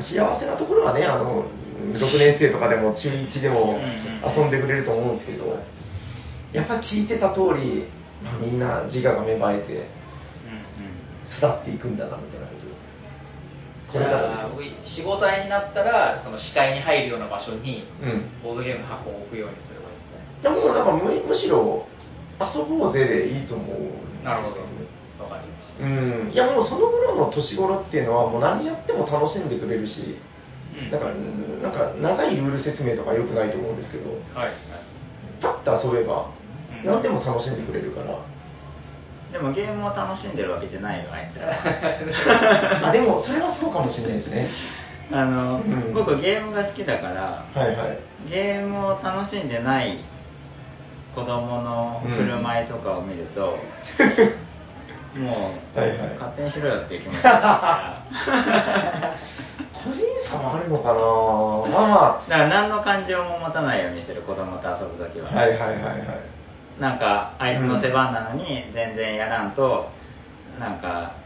幸せなところはね、あのろくねん生とかでも中いちでも遊んでくれると思うんですけど、やっぱり聞いてた通り、まあ、みんな自我が芽生えて巣立っていくんだなみたいなことをこれからですよ。 よん、ごさいになったらその視界に入るような場所にボードゲームの箱を置くようにすればいいですね。 いやもうなんか む, むしろ遊ぼうぜでいいと思うんですよね。 なるほど、わかりました。 うん、いやもうその頃の年頃っていうのはもう何やっても楽しんでくれるし、うん、だからなんか長いルール説明とか良くないと思うんですけど、はいはい、パッと遊べば何でも楽しんでくれるから。 でもゲームを楽しんでるわけじゃないよ、あいつら。 あでもそれはそうかもしれないですね。 あの、うん、僕ゲームが好きだから、はいはい、ゲームを楽しんでない子供の振る舞いとかを見ると、うん、もう、はいはい、勝手にしろよっていう気持ちだから個人差はあるのかな。まあまあだから何の感情も持たないようにしてる、子供と遊ぶときは。 はいはいはいはい。 なんかあいつの出番なのに全然やらんと、なんか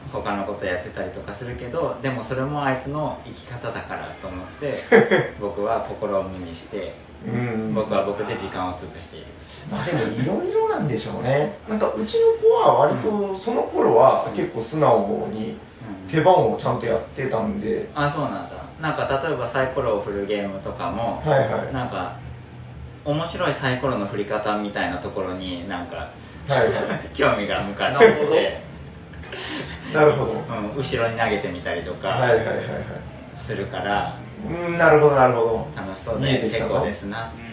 他のことやってたりとかするけど、でもそれもあいつの生き方だからと思って僕は心を無にしてうん僕は僕で時間を潰している。 まあでもいろいろなんでしょうね。なんかうちの子は割とその頃は結構素直に手番をちゃんとやってたんで、 うん、あ、そうなんだ。なんか例えばサイコロを振るゲームとかも、 はいはい、 なんか面白いサイコロの振り方みたいなところになんか、はいはい、興味が向かってきてなるほど、 うん、後ろに投げてみたりとかするから、 うん、なるほどなるほど、 楽しそうで結構ですなって、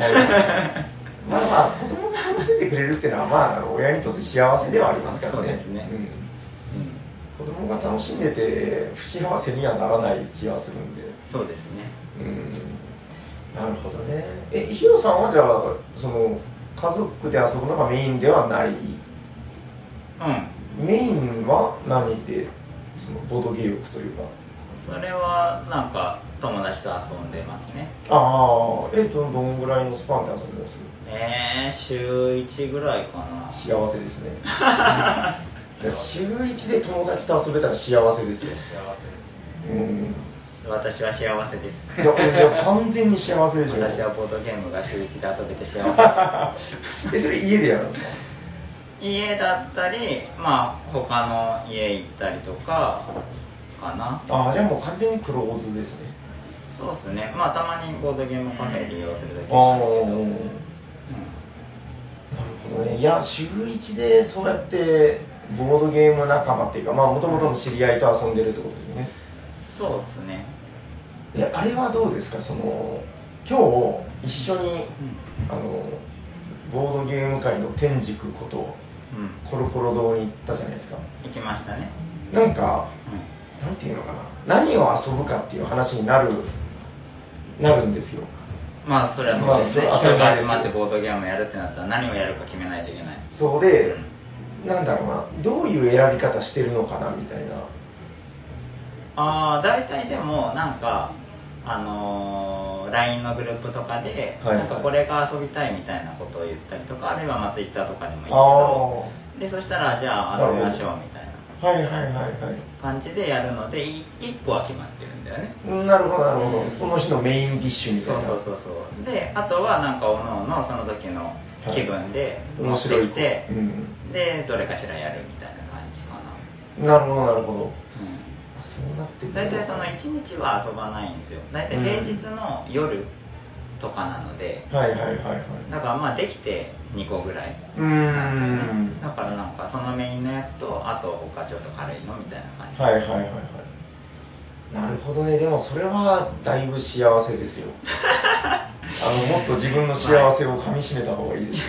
はいはいまあまあ子供が楽しんでくれるっていうのはまあ親にとって幸せではありますからね。 そうですね、 うん、子供が楽しんでて不幸せにはならない気がするんで。 そうですね、 うん、なるほどね。え、ヒロさんはじゃあその家族で遊ぶのがメインではない？うん。メインは何でそのボードゲームというか。 それはなんか友達と遊んでますね。 ああ、えっとどんぐらいのスパンで遊んでます？ えー、週いちぐらいかな。 幸せですね。週いちで友達と遊べたら幸せですよ。 幸せですね。 うん。 私は幸せです。 いや、いや完全に幸せですよ。 私はボードゲームが週いちで遊べて幸せです。え、それ家でやるんですか？ 家だったり、まあ他の家行ったりとかかな。 ああ、じゃあもう完全にクローズですね。 そうですね。まあたまにボードゲームカフェ利用するだけなんだけど、うん、なるほどね。いや、週いちでそうやってボードゲーム仲間っていうか、まあもともとの知り合いと遊んでるってことですね。 そうですね。 え、あれはどうですか、その今日一緒に、うん、あのボードゲーム界の天竺こと、うん、コロコロ堂に行ったじゃないですか。 行きましたね。 なんか、うん、なんていうのかな、何を遊ぶかっていう話になるなるんですよ。 まあそれはそうですね、まあ、人が集まってボードゲームをやるってなったら何をやるか決めないといけない。 そうで、うん、なんだろうな、どういう選び方してるのかなみたいな。 ああ、大体でもなんかあのー、ライン のグループとかで、はいはい、なんかこれが遊びたいみたいなことを言ったりとか、あるいはまあ Twitter とかでもいいけど、でそしたらじゃあ遊びましょうみたいな感じでやるので、いっこは決まってるんだよね。 なるほどなるほど、うん、その日のメインディッシュみたいな。 そうそうそうそう。であとはなんかおのおのその時の気分で持ってきて、はい、うん、でどれかしらやるみたいな感じかな。なるほどなるほど、うん、 そうなってくる。大体そのいちにちは遊ばないんですよ。大体平日の夜とかなので、 うん、はいはいはいはい。 だからまあできてにこぐらいなんですよね。だからなんかそのメインのやつとあと他ちょっと軽いのみたいな感じ。 はいはいはいはい。なるほどね。でもそれはだいぶ幸せですよ。あのもっと自分の幸せをかみしめた方がいいです。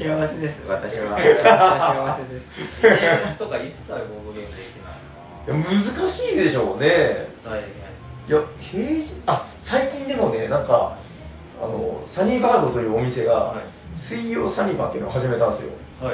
いや幸せです。私は。私は幸せです。 平日とか一切ボードゲームできないな。 いや難しいでしょうね。いや平日、あ、最近でもね、なんかあのサニーバードというお店が、はい、水曜サニバっていうのを始めたんですよ。はい。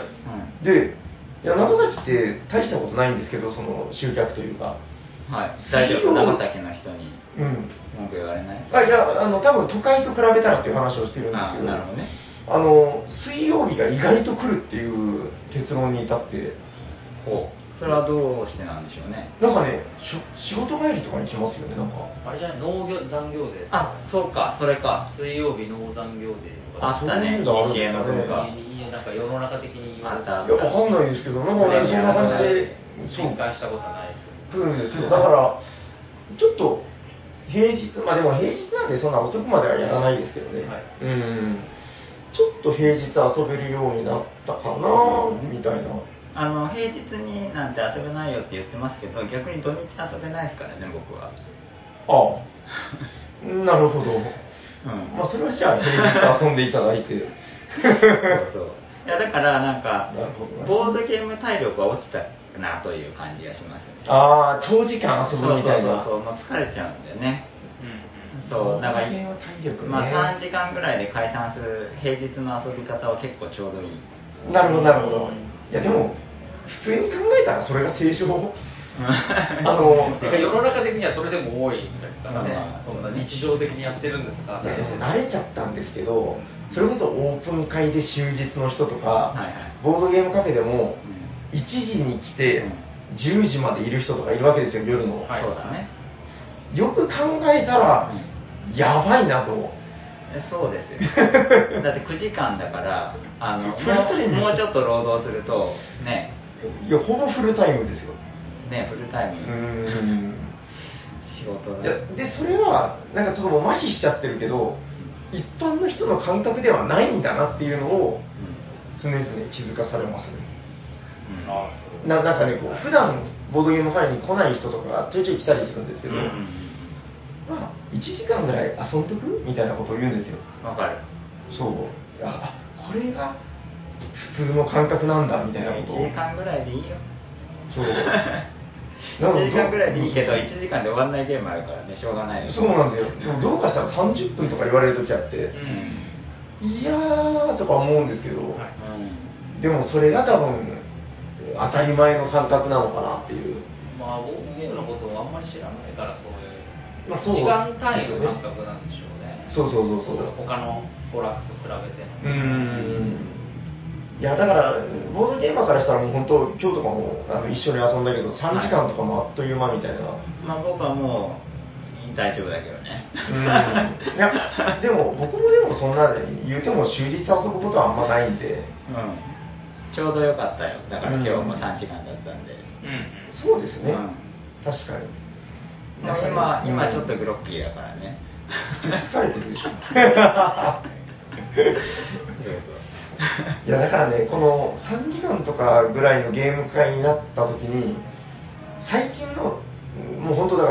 で、いや長崎って大したことないんですけど、その集客というか。 はい。大丈夫。長崎の人に文句言われない？ うん、あ、いや、あの多分都会と比べたらっていう話をしてるんですけど。 なるほどね。 あの水曜日が意外と来るっていう結論に至って。 ほう。それはどうしてなんでしょうね。 なんかね、仕事帰りとかに来ますよね、なんか。 あれじゃない、農業残業デー。 あ、そうか、それか。 水曜日農残業デーとか。 あったね、西江の文化。 いや、なんか世の中的に言われた。いや、わかんないですけど、なんかね、そんな感じで。 実感したことないです。来るんですよ。だから、ちょっと、平日、まあでも平日なんでそんな遅くまではやらないですけどね。はい、うん。ちょっと平日遊べるようになったかな、みたいな。 あの平日になんて遊べないよって言ってますけど、逆に土日遊べないですからね、僕は。 ああ、なるほど。うん、まあそれはじゃあ平日遊んでいただいて。 そうそう。いやだからなんかボードゲーム体力は落ちたなという感じがしますね。 ああ、長時間遊ぶみたいな。 そうそうそう、もう疲れちゃうんだよね。うん、そうだから、ね、まあさんじかんぐらいで解散する平日の遊び方は結構ちょうどいい。 なるほどなるほど。いやでも普通に考えたらそれが正常。 あのてか世の中的にはそれでも多いんですからね。そんな日常的にやってるんですか。 いやでも慣れちゃったんですけど、それこそオープン会で終日の人とか、はいはい、ボードゲームカフェでもいちじに来てじゅうじまでいる人とかいるわけですよ、夜の。 はい、そうだね。 よく考えたら、うん、やばいなと。 そうですよ。だってくじかんだからあのフルタイムもうちょっと労働するとね。 いやほぼフルタイムですよ。 ね、フルタイム。 うん仕事だ。 いやでそれはなんかちょっともう麻痺しちゃってるけど、一般の人の感覚ではないんだなっていうのを常々気づかされますね。うん、あそうななんかねこう普段ボードゲームファイに来ない人とかがちょいちょい来たりするんですけど。うんうんまあ、いちじかんぐらい遊んどくみたいなことを言うんですよ。 わかる。 そうあこれが普通の感覚なんだみたいなことをいちじかんぐらいでいいよ。 そういちじかんぐらいでいいけどいちじかんで終わんないゲームあるからねしょうがないよ。 そうなんですよ。でもどうかしたらさんじゅっぷんとか言われる時あって、うん、いやーとか思うんですけど、はいうん、でもそれが多分当たり前の感覚なのかなっていう。 まあボードゲームのことをあんまり知らないからそういうまあ、そう時間単位の感覚なんでしょうね。 そうそうそうそう。 他の娯楽と比べての。うん。いやだからボードゲーマーからしたらもう本当今日とかもあの一緒に遊んだけどさんじかんとかもあっという間みたいな。はい、 まあ僕はもう大丈夫だけどね。 うん。いやでも僕もでもそんな言うても終日遊ぶことはあんまないんで。 うん。ちょうどよかったよ。だから今日もさんじかんだったんで。 うん。そうですね。うん、確かに。 今、今ちょっとグロッキーだからね。 疲れてるでしょ。いやだからね、このさんじかんとかぐらいのゲーム会になった時に、最近の、もう本当だから、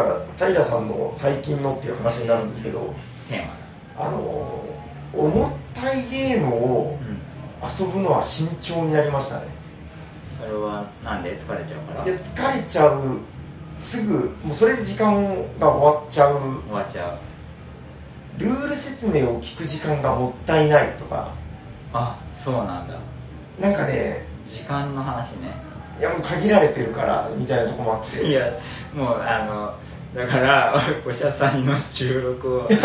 平さんの最近のっていう話になるんですけど、あの、重たいゲームを遊ぶのは慎重になりましたね。 それはなんで疲れちゃうから？ いや、疲れちゃう。すぐもうそれで時間が終わっちゃう終わっちゃうルール説明を聞く時間がもったいないとか。 あ、そうなんだ。 なんかね時間の話ね。 いやもう限られてるからみたいなとこもあっていやもうあのだからおしゃさんの収録を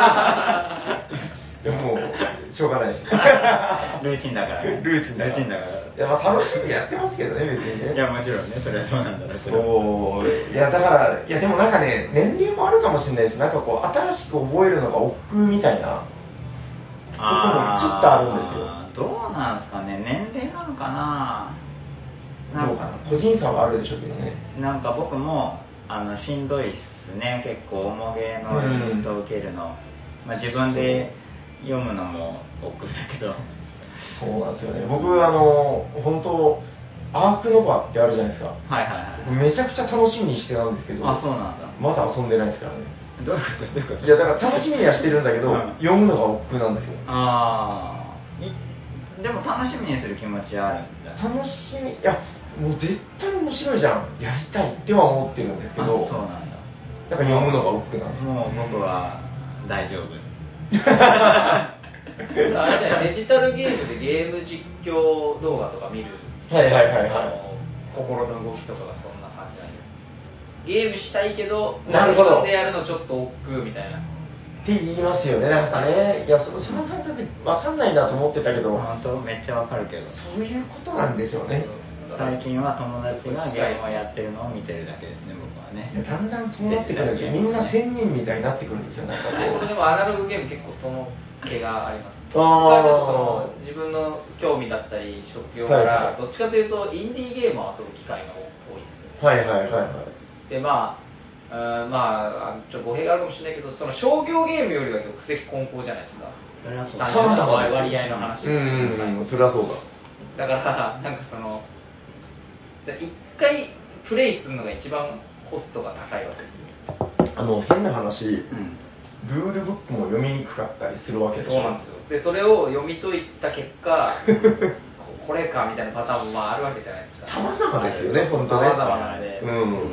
でももうしょうがないですルーチンだからルーチンだからいやまあ楽しみにやってますけどね別にね。 いやもちろんねそれはそうなんだろうけどそういやだからいやでもなんかね年齢もあるかもしれないです。なんかこう新しく覚えるのが億劫みたいなとこもちょっとあるんですよ。 どうなんですかね年齢なのかな。 どうかな個人差はあるでしょうけどね。 なんか僕もあのしんどいっすね結構重げのインストを受けるの、うんまあ、自分で読むのも億劫だけどそうなんですよね。僕あの本当アークノバってあるじゃないですか。 はいはいはい。 めちゃくちゃ楽しみにしてたんですけど。 あ、そうなんだ。 まだ遊んでないですからね。 どういうことどういうこと。 いやだから楽しみにはしてるんだけど、うん、読むのが億劫なんですよ。 ああ。でも楽しみにする気持ちはあるんだ。 楽しみいやもう絶対面白いじゃんやりたいっては思ってるんですけど。 あ、そうなんだ。 だから読むのが億劫なんですよ。 もう僕は大丈夫。 あじゃあデジタルゲームでゲーム実況動画とか見るはいはいはいはい心の動きとかがそんな感じなんでゲームしたいけどなるほど自分でやるのちょっと億劫みたいなって言いますよねなんかねいや そ, その感覚分かんないなと思ってたけど本当めっちゃ分かるけどそういうことなんでしょうね。 最近は友達がゲームをやってるのを見てるだけですね僕はね。 いやだんだんそうなってくるんですよ。みんな仙人みたいになってくるんですよなんかこうでもアナログゲーム結構その毛があります。僕はちょっとその自分の興味だったり職業からどっちかというとインディーゲームを遊ぶ機会が多いんですよね。 はいはいはいはいでまああまあちょっと語弊があるかもしれないけどその商業ゲームよりは玉石混交じゃないですか。 それはそうだ。単純な割合の話。 うんうんそれはそうだ。だからなんかその一回プレイするのが一番コストが高いわけですよ。 あの変な話、 うんルールブックも読みにくかったりするわけですよ。 そうなんですよ。でそれを読み解いた結果これかみたいなパターンもまああるわけじゃないですか。 様々ですよね本当ね。 様々なんで、 うん、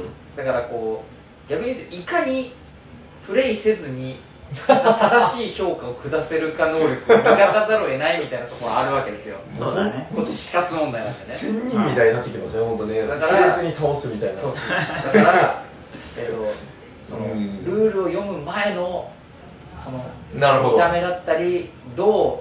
だからこう逆に言うといかにプレイせずに正しい評価を下せるか能力を磨かざるを得ないみたいなところがあるわけですよ。 そうだね。 こっち死活問題なんでね。 仙人みたいになってきますよ本当ね。 だからフレーズに倒すみたいな。 そうそうだからえっとその、うん、ルールを読む前のそのなるほど見た目だったりどう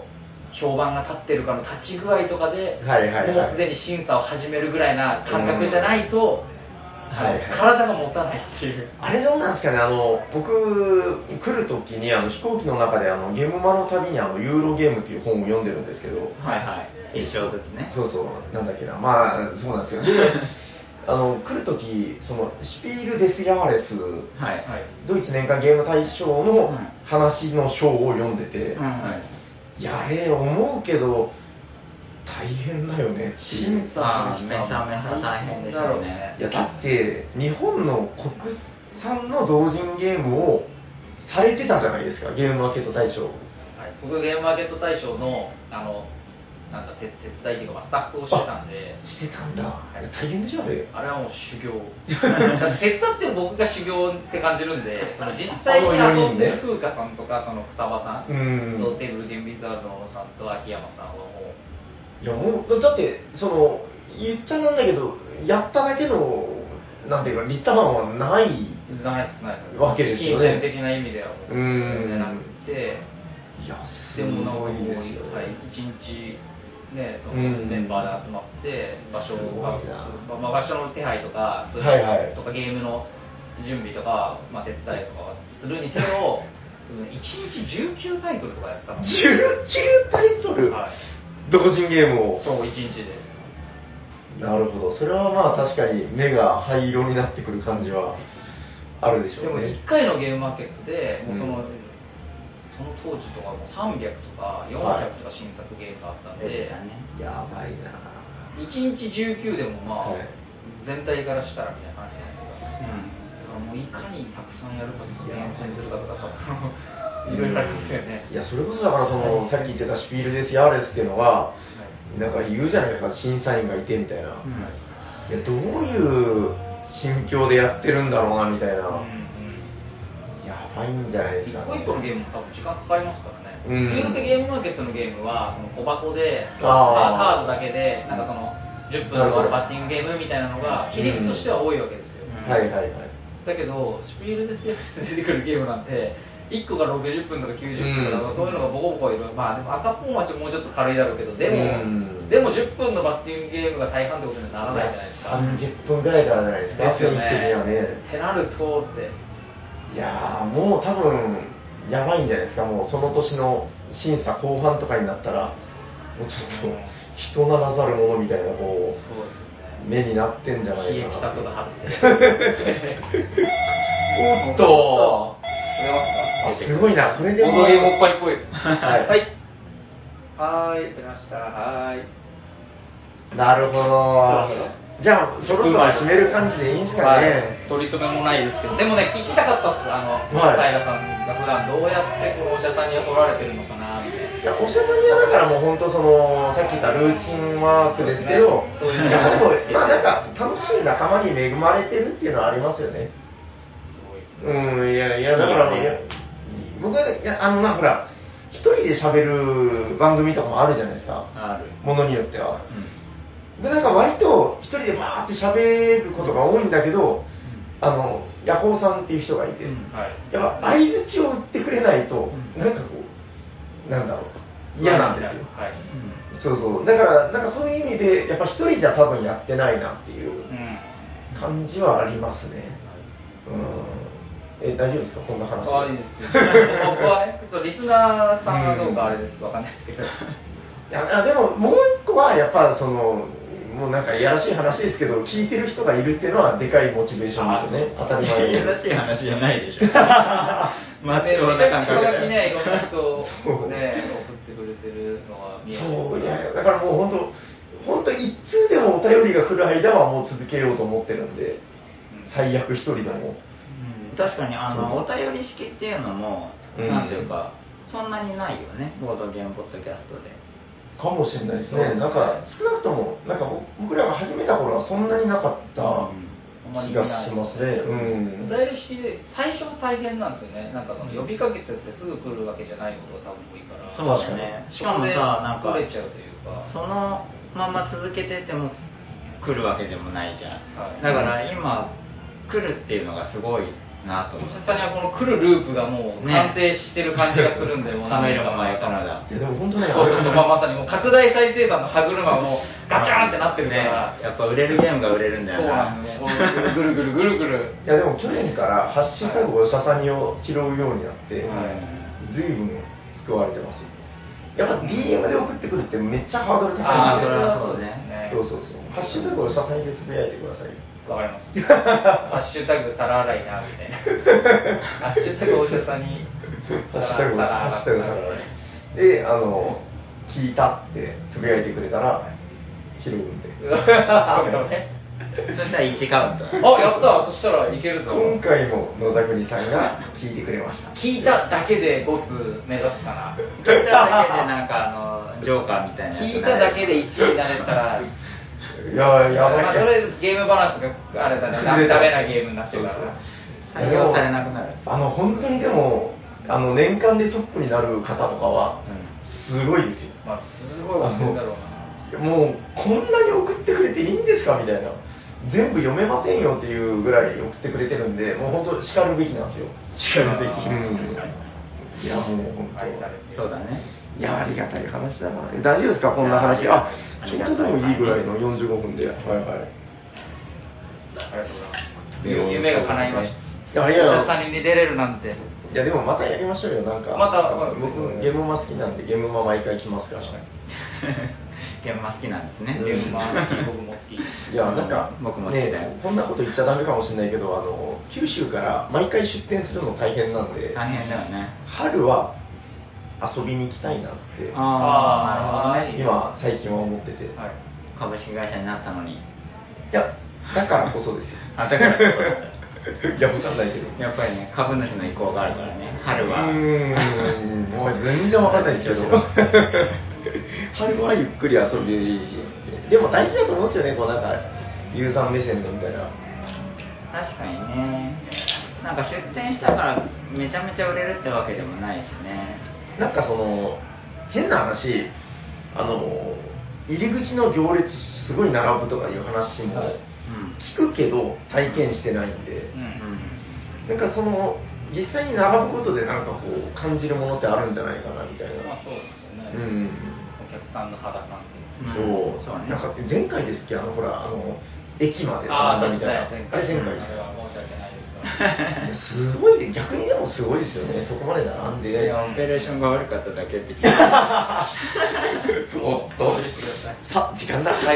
評判が立ってるかの立ち具合とかで、 はいはいはい、 もうすでに審査を始めるぐらいな感覚じゃないと、はいはい、体が持たないっていう。 あれどうなんですかね、あの僕来る時にあの飛行機の中であのゲームマの旅にあのユーロゲームっていう本を読んでるんですけど、 はいはい、一緒ですね。 そうそう、なんだっけな、まあそうなんですよ。であの来るとき、そのシュピール・デス・ヤーレス、はいはい、ドイツ年間ゲーム大賞の話の賞を読んでて、うんはい、いや、あれ、思うけど、大変だよね、 審査する人はめちゃめちゃ大変でしょうね。 いや、だって、日本の国産の同人ゲームをされてたじゃないですか、ゲームマーケット大賞。はい、 僕、ゲームマーケット大賞の、あのなんだ手手伝いっていうかスタッフをしてたんで。 してたんだ、はい、大変でしょあれ。 あれはもう修行手伝って僕が修行って感じるんで、その実際に遊んでる風花さんとかその草場さんとテーブルゲームビザードさんと秋山さんはもういやもうだってその言っちゃなんだけどやっただけのなんていうか立派感はないないですないですわけですよね。 金銭的な意味ではもう全然なくて、 いやでもなんかもう一日ね、そのメンバーで集まって場所が、まあ、場所の手配とかそういう、はいはい、とかゲームの準備とか、まあ、手伝いとかするにせよいちにちじゅうきゅうタイトルとかやってたの。 じゅうきゅうタイトル、はい、同人ゲームを。 そういちにちで。 なるほど、それはまあ確かに目が灰色になってくる感じはあるでしょうね。 でもいっかいのゲームマーケットでもうその、うんその当時とかもうさんびゃくとかよんひゃくとか新作ゲームがあったんで、 はい、やばいな。 いちにちじゅうきゅうでもまあ、はい、全体からしたらみたいな感じじゃないですか、うん、だからもういかにたくさんやるかとか厳選するかとかいろいろありますよね。 いやそれこそだからその、はい、さっき言ってたシュピール・デス・ヤーレスっていうのが、はい、なんか言うじゃないですか審査員がいてみたいな、うん、いやどういう心境でやってるんだろうなみたいな、うんやばいんじゃないですか、 ね、一個一個のゲームも多分時間かかりますからね。うん、言うてゲームマーケットのゲームはその小箱でカードだけでなんかそのじゅっぷんで終わるバッティングゲームみたいなのが比率としては多いわけですよ、うん、 はいはいはい。 だけどシュピールデスヤーレスで出てくるゲームなんていっこがろくじゅっぷんとかきゅうじゅっぷんとか、うん、そういうのがボコボコいる。まあでも赤ポンはもうちょっと軽いだろうけどでも、うん、でもじゅっぷんのバッティングゲームが大半ってことにはならないじゃないですか。 さんじゅっぷんぐらいからじゃないですか。 ですよね。ってなるとっていやーもう多分やばいんじゃないですか。もうその年の審査後半とかになったらもうちょっと人ならざるものみたいなこう、そうですね、目になってんじゃないかな。冷えピタとか貼っておっとあすごいなこれでも踊りもっぱいっぽいはいはいはーい出ましたはーいなるほどじゃあそろそろ締める感じでいいんですかね。 取り留めもないですけどでもね聞きたかったっすあの、はい、平さんが普段どうやってこのお医者さんには取られてるのかなみたいな。いやお医者さんにはだからもう本当そのさっき言ったルーチンワークですけどそういう、ね、いやでもまあなんか楽しい仲間に恵まれてるっていうのはありますよね。すごいですね。うんいやいやだから、ね、僕はいやあのなほら一人で喋る番組とかもあるじゃないですか。あるものによっては、うんでなんか割と一人でバーって喋ることが多いんだけど、うん、あのヤホーさんっていう人がいて、うんはい、やっぱ相づちを打ってくれないと、うん、なんかこうなんだろう嫌なんですよ、はいうん、そうそうだからなんかそういう意味でやっぱ一人じゃ多分やってないなっていう感じはありますね、うん、え大丈夫ですかこんな話。 あいいですよ僕はねそうリスナーさんはどうかあれです、うん、わかんないですけどいやでももう一個はやっぱそのもうなんかいやらしい話ですけど聞いてる人がいるっていうのはでかいモチベーションですよね。当たり前いやらしい話じゃないでしょまあめちゃくちゃ人がねいろんな人をね送ってくれてるのは見える。 そういやだからもう本当本当一通でもお便りが来る間はもう続けようと思ってるんで、うん、最悪一人でも、 うん、確かにあのお便り式っていうのも、うん、なんていうかそんなにないよねボードゲームポッドキャストで。 かもしれないですね。なんか少なくともなんか僕らが始めた頃はそんなになかった気がしますね。 うん。お便り式で最初は大変なんですよね。なんかその呼びかけてってすぐ来るわけじゃないことが多分多いから。 そうだね。しかもさなんか来れちゃうというか。 そのまま続けてても来るわけでもないじゃん。はい、だから今来るっていうのがすごいなと思って。 おしゃさんにはこの来るループがもう完成してる感じがするんで、ね、もうカメラが前からだ。 いやでも本当ね、 そうそうそう、まあ、まさにもう拡大再生産の歯車がもうガチャーンってなってるから、 ね、やっぱ売れるゲームが売れるんだよな。 そうなんだよ、ぐるぐるぐるぐる。 いやでも去年からハッシュタグおしゃさにを拾うようになって、はい、随分救われてますよ。やっぱ ディーエム で送ってくるってめっちゃハードル高いんで。 ああ、それはそうね。 そうそうそう。ハッシュタグおしゃさにでつぶやいてください。 わかりました。ハッシュタグ皿洗いなみたいな。ハッシュタグおしゃさに。 ハッシュタグハッシュタグ皿洗い。で、あの聞いたってつぶやいてくれたら拾うんで。 そしたらいちカウント。 あ、やった。そしたらいけるぞ。 今回も野田国さんが聞いてくれました。 聞いただけでごつ目指すかな。 聞いただけでなんかあのジョーカーみたいな。 聞いただけでいちいになれたら。 いややばい。 まあそれゲームバランスがあれだね。ダメなゲームになっちゃうから。 採用されなくなる。 あの本当にでもあの年間でトップになる方とかはすごいですよ。 まあすごいことだろうな。 もうこんなに送ってくれていいんですかみたいな。全部読めませんよっていうぐらい送ってくれてるんで、もう本当叱るべきなんですよ。 叱るべき。 うん、いやもう本当。そうだね。 いやありがたい話だな。大丈夫ですかこんな話。あ、ちょっとでもいいぐらいのよんじゅうごふんで。はいはい。 ありがとうございます。夢が叶いました。 いやいや。 おしゃさんに出れるなんて。 いやでもまたやりましょうよなんか。 また僕ゲームマ好きなんでゲームマ毎回来ますから。 ゲームマ好きなんですね。 ゲームマ好き、僕も好き。 いやなんか僕も好きだよ、 ね、こんなこと言っちゃダメかもしれないけど、あの九州から毎回出店するの大変なんで。 大変だよね。 春は遊びに行きたいなって。 ああ、なるほどね。 今最近は思ってて。 はい、株式会社になったのに。いやだからこそですよ。 あだからこそ。いやわかんないけど。 やっぱりね株主の意向があるからね。春は。 うーんもう全然わかんないですけど。春はゆっくり遊びでも大事だと思うんですよね、こうなんかユーザー目線でみたいな。 確かにね。なんか出店したからめちゃめちゃ売れるってわけでもないしね。 なんかその変な話、あの入り口の行列すごい並ぶとかいう話も聞くけど体験してないんで、うんうん、なんかその実際に並ぶことでなんかこう感じるものってあるんじゃないかなみたいな。 まあそうですよね。 うん、 お客さんの肌感覚。そう、そうね。なんか前回ですっけ、あのほらあの駅まで並んだみたいな。あれ前回ですか。 申し訳ないですすごいね、逆にでもすごいですよね、そこまで並んで。 いやオペレーションが悪かっただけって聞いた。 おっと、さあ時間だ。はい、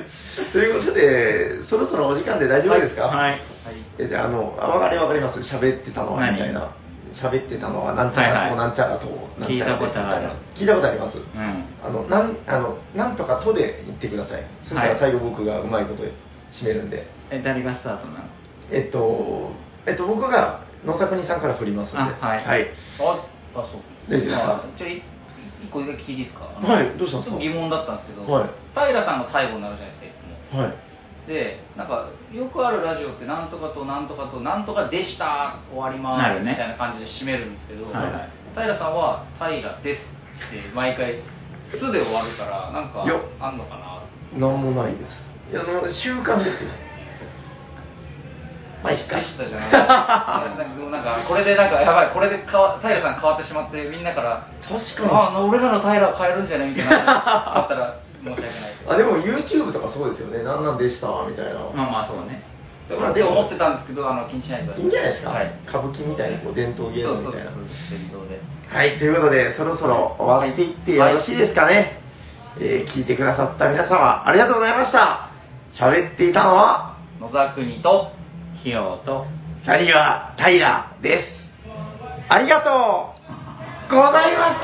ということでそろそろお時間で大丈夫ですか。 はい、はい、 えであのあ分かり分かります。喋ってたのはみたいな。喋ってたのはなんちゃらとなんちゃらと聞いたことある。 聞いたことあります。 うん、 あのなんあのなんとかとで言ってください。そしたら最後僕がうまいこと締めるんで。 え誰がスタートなの。 えっと、えっと、僕が野作人さんから振りますんで。 あ、はい。 はい。 あ、あ、そう。 大丈夫ですか。 ちょい一個だけ聞いていいですか。 はい。どうしたんですか。 疑問だったんですけど、 はい、 平さんが最後になるじゃないですか、いつも。 はい。 で、なんかよくあるラジオってなんとかとなんとかとなんとかでした終わりますみたいな感じで締めるんですけど、はいはい、平さんは平ですって毎回すで終わるからなんかあんのかな。 なんもないです。いやもう習慣ですよ。まあ、 でしたじゃないなんかこれでなんかやばいこれでかわ平さん変わってしまってみんなから確かにあ俺らの平変えるんじゃないみたいなあったら申し訳ないけど。 あでも YouTube とかそうですよね。なんなんでしたみたいな。 まあまあそうね。 まあでも思ってたんですけどあの気にしないでいいんじゃないですか。 はい、 歌舞伎みたいなこう伝統芸能みたいな。 そうそう伝統で。 はいということでそろそろ終わっていってよろしいですかね。はい、えー、聞いてくださった皆様ありがとうございました。喋っていたのは野沢国とひよとキャリア平です。ありがとうございました。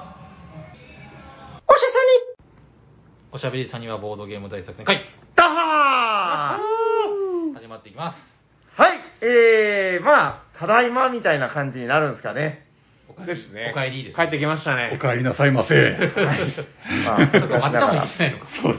おしゃさにおしゃべりさにはボードゲーム大作戦会ダハー始まっていきます。 はい、えー、まあただいまみたいな感じになるんですかね。 ですね。お帰りです。 帰ってきましたね。 お帰りなさいませ。はい。 まあ、なんか抹茶も言ってないのか。 そうです。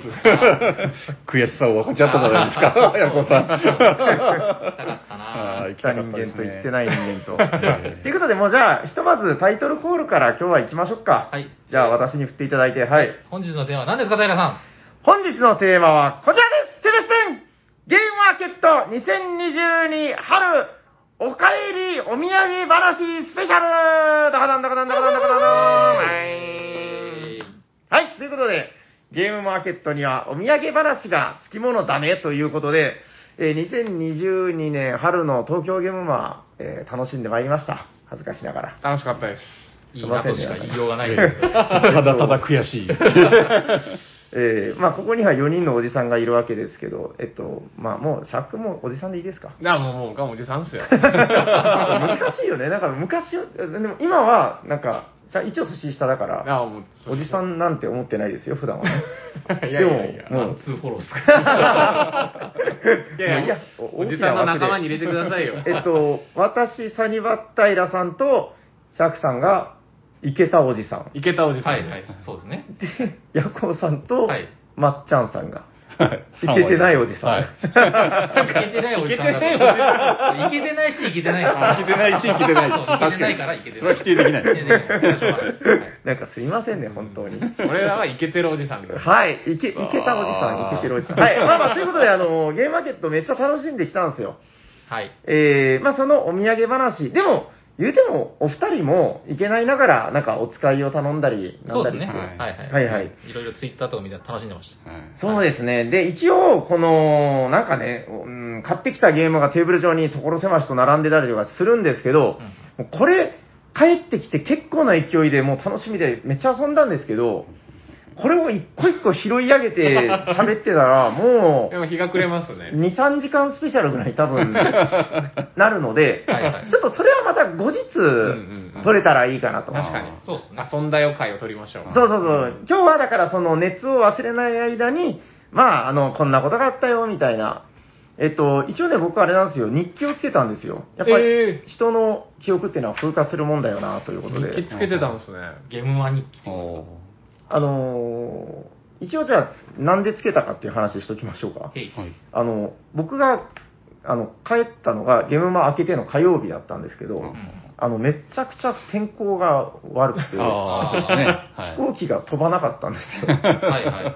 悔しさを分かち合ったじゃないですか、ヤコさん。行きたかったな。 行った人間と行ってない人間と。ということで、もうじゃあ、ひとまずタイトルコールから今日は行きましょうか。 はい。 じゃあ、私に振っていただいて、はい。 本日のテーマは何ですか、平さん。 本日のテーマはこちらです。テレステンゲームマーケットのにせんにじゅうに春おかえりお土産話スペシャルダカダンダカダンダカダンダカダンはい。はい、ということで、ゲームマーケットにはお土産話がつきものだねということで、えー、にせんにじゅうにねん春の東京ゲームマー、えー、楽しんでまいりました。恥ずかしながら。 楽しかったです。 いいなとしか言いようがないですけど。 ただただ悔しい。 えー、まあここにはよにんのおじさんがいるわけですけど、えっと、まあもう、尺もおじさんでいいですか？ いや、もう、もう、がおじさんですよ。 難しいよね。なんか昔、でも今は、なんか、一応年下だから、もうおじさんなんて思ってないですよ、普段はね。 いやいやいや、 もう、ワンツーフォローっすか。 いやいや、お, おじさんの仲間に入れてくださいよ。 えっと、私、サニバッタイラさんと、シャクさんが、池田おじさん。 池田おじさん。 はいはい、そうですね。 で、ヤコウさんと、 はい、 まっちゃんさんが、いけてないおじさん。はい、 いけてないおじさん。いけてないおじさん。いけてないし、いけてない。いけてないし、いけてない。 いけてないから、いけてない。 それは否定できない。 なんかすいませんね、本当に。 俺らはいけてるおじさんです。 はい、いけ、いけたおじさん、いけてるおじさん。はい、まあまあ、ということで、あの、ゲームマーケットめっちゃ楽しんできたんですよ。 はい。 えー、まあそのお土産話。でも、言うても、お二人もいけないながら、なんかお使いを頼んだり、なんだりして。 そうですね。はいはい。 はいはい。 いろいろツイッターとか見て楽しんでました。 はい、そうですね。で、一応、この、なんかね、うん、買ってきたゲームがテーブル上に所狭しと並んでたりとかするんですけど、うん、もうこれ、帰ってきて結構な勢いでもう楽しみでめっちゃ遊んだんですけど、これを一個一個拾い上げて喋ってたら、もう、 でも日が暮れますね。 に、さんじかんスペシャルぐらい多分、なるので、はいはい、ちょっとそれはまた後日、取れたらいいかなと。 確かに。そうですね。遊んだよ会を取りましょう。 そうそうそう。今日はだからその熱を忘れない間に、まあ、あの、こんなことがあったよ、みたいな。えっと、一応ね、僕あれなんですよ、日記をつけたんですよ。やっぱり、人の記憶っていうのは風化するもんだよな、ということで。 日記つけてたんですね。 ゲームマ日記ってことですか？ あのー、一応じゃあ、なんでつけたかっていう話しときましょうか。はい、あの、僕が、あの、帰ったのがゲームマ明けての火曜日だったんですけど、うん、あの、めちゃくちゃ天候が悪くて、飛行機が飛ばなかったんですよ。はいはいはい、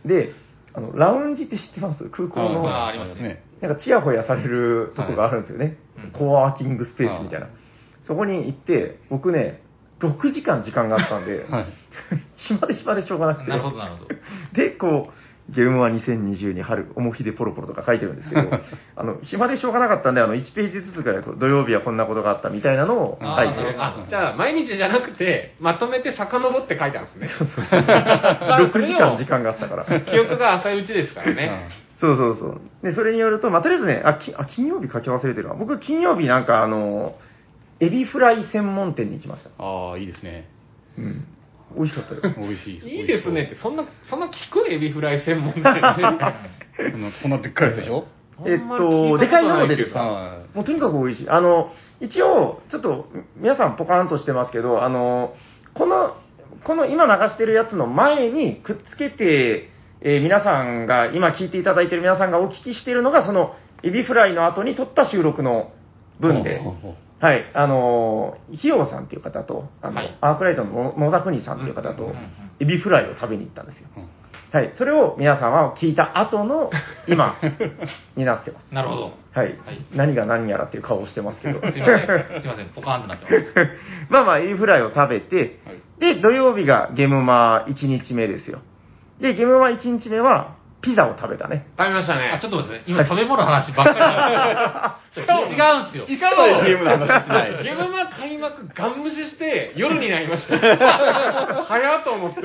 で、あの、ラウンジって知ってます？空港の。 ああ、ありますね。 なんかチヤホヤされるとこがあるんですよね。はい、コワーキングスペースみたいな。そこに行って、僕ね、ろくじかん時間があったんで、はい、暇で暇でしょうがなくて。 なるほど、なるほど。 で、こう、ゲームはにせんにじゅうに春、おもひでポロポロとか書いてるんですけど、あの、暇でしょうがなかったんで、あの、いちページずつくらい、土曜日はこんなことがあったみたいなのを書いて。 あ、じゃあ、毎日じゃなくて、まとめて遡って書いたんですね。そうそうそう。ろくじかん時間があったから。 記憶が浅いうちですからね。 そうそうそう。で、それによると、まあ、とりあえずね、あ、きあ金曜日書き忘れてるわ。僕、金曜日なんか、あの、エビフライ専門店に行きました。 ああ、いいですね。 うん。美味しかったよ。 美味しい。いいですねって、そんな、そんな聞くエビフライ専門店。こんなでっかいやつでしょ？ えっと、でかいのも出るさ。もうとにかく美味しい。あの、一応、ちょっと、皆さんポカーンとしてますけど、あの、この、この今流してるやつの前にくっつけて、えー、皆さんが、今聞いていただいてる皆さんがお聞きしているのが、その、エビフライの後に撮った収録の分で、はい、あのー、ひようさんっていう方と、あの、はい、アークライトの野沢国さんっていう方と、エビフライを食べに行ったんですよ。はい、それを皆さんは聞いた後の今になってます。 なるほど。 はい。はい、何が何やらっていう顔をしてますけど。 すいません。すいません。ポカーンとなってます。 まあまあ、エビフライを食べて、はい、で、土曜日がゲームマいちにちめですよ。で、ゲームマいちにちめは、ピザを食べたね。 食べましたね。 あ、ちょっと待ってね。今食べ物の話ばっかりなんです。違うんですよ。 しかも、ゲームの話しない。 ゲームマ開幕ガン無視して、夜になりました。早っと思って。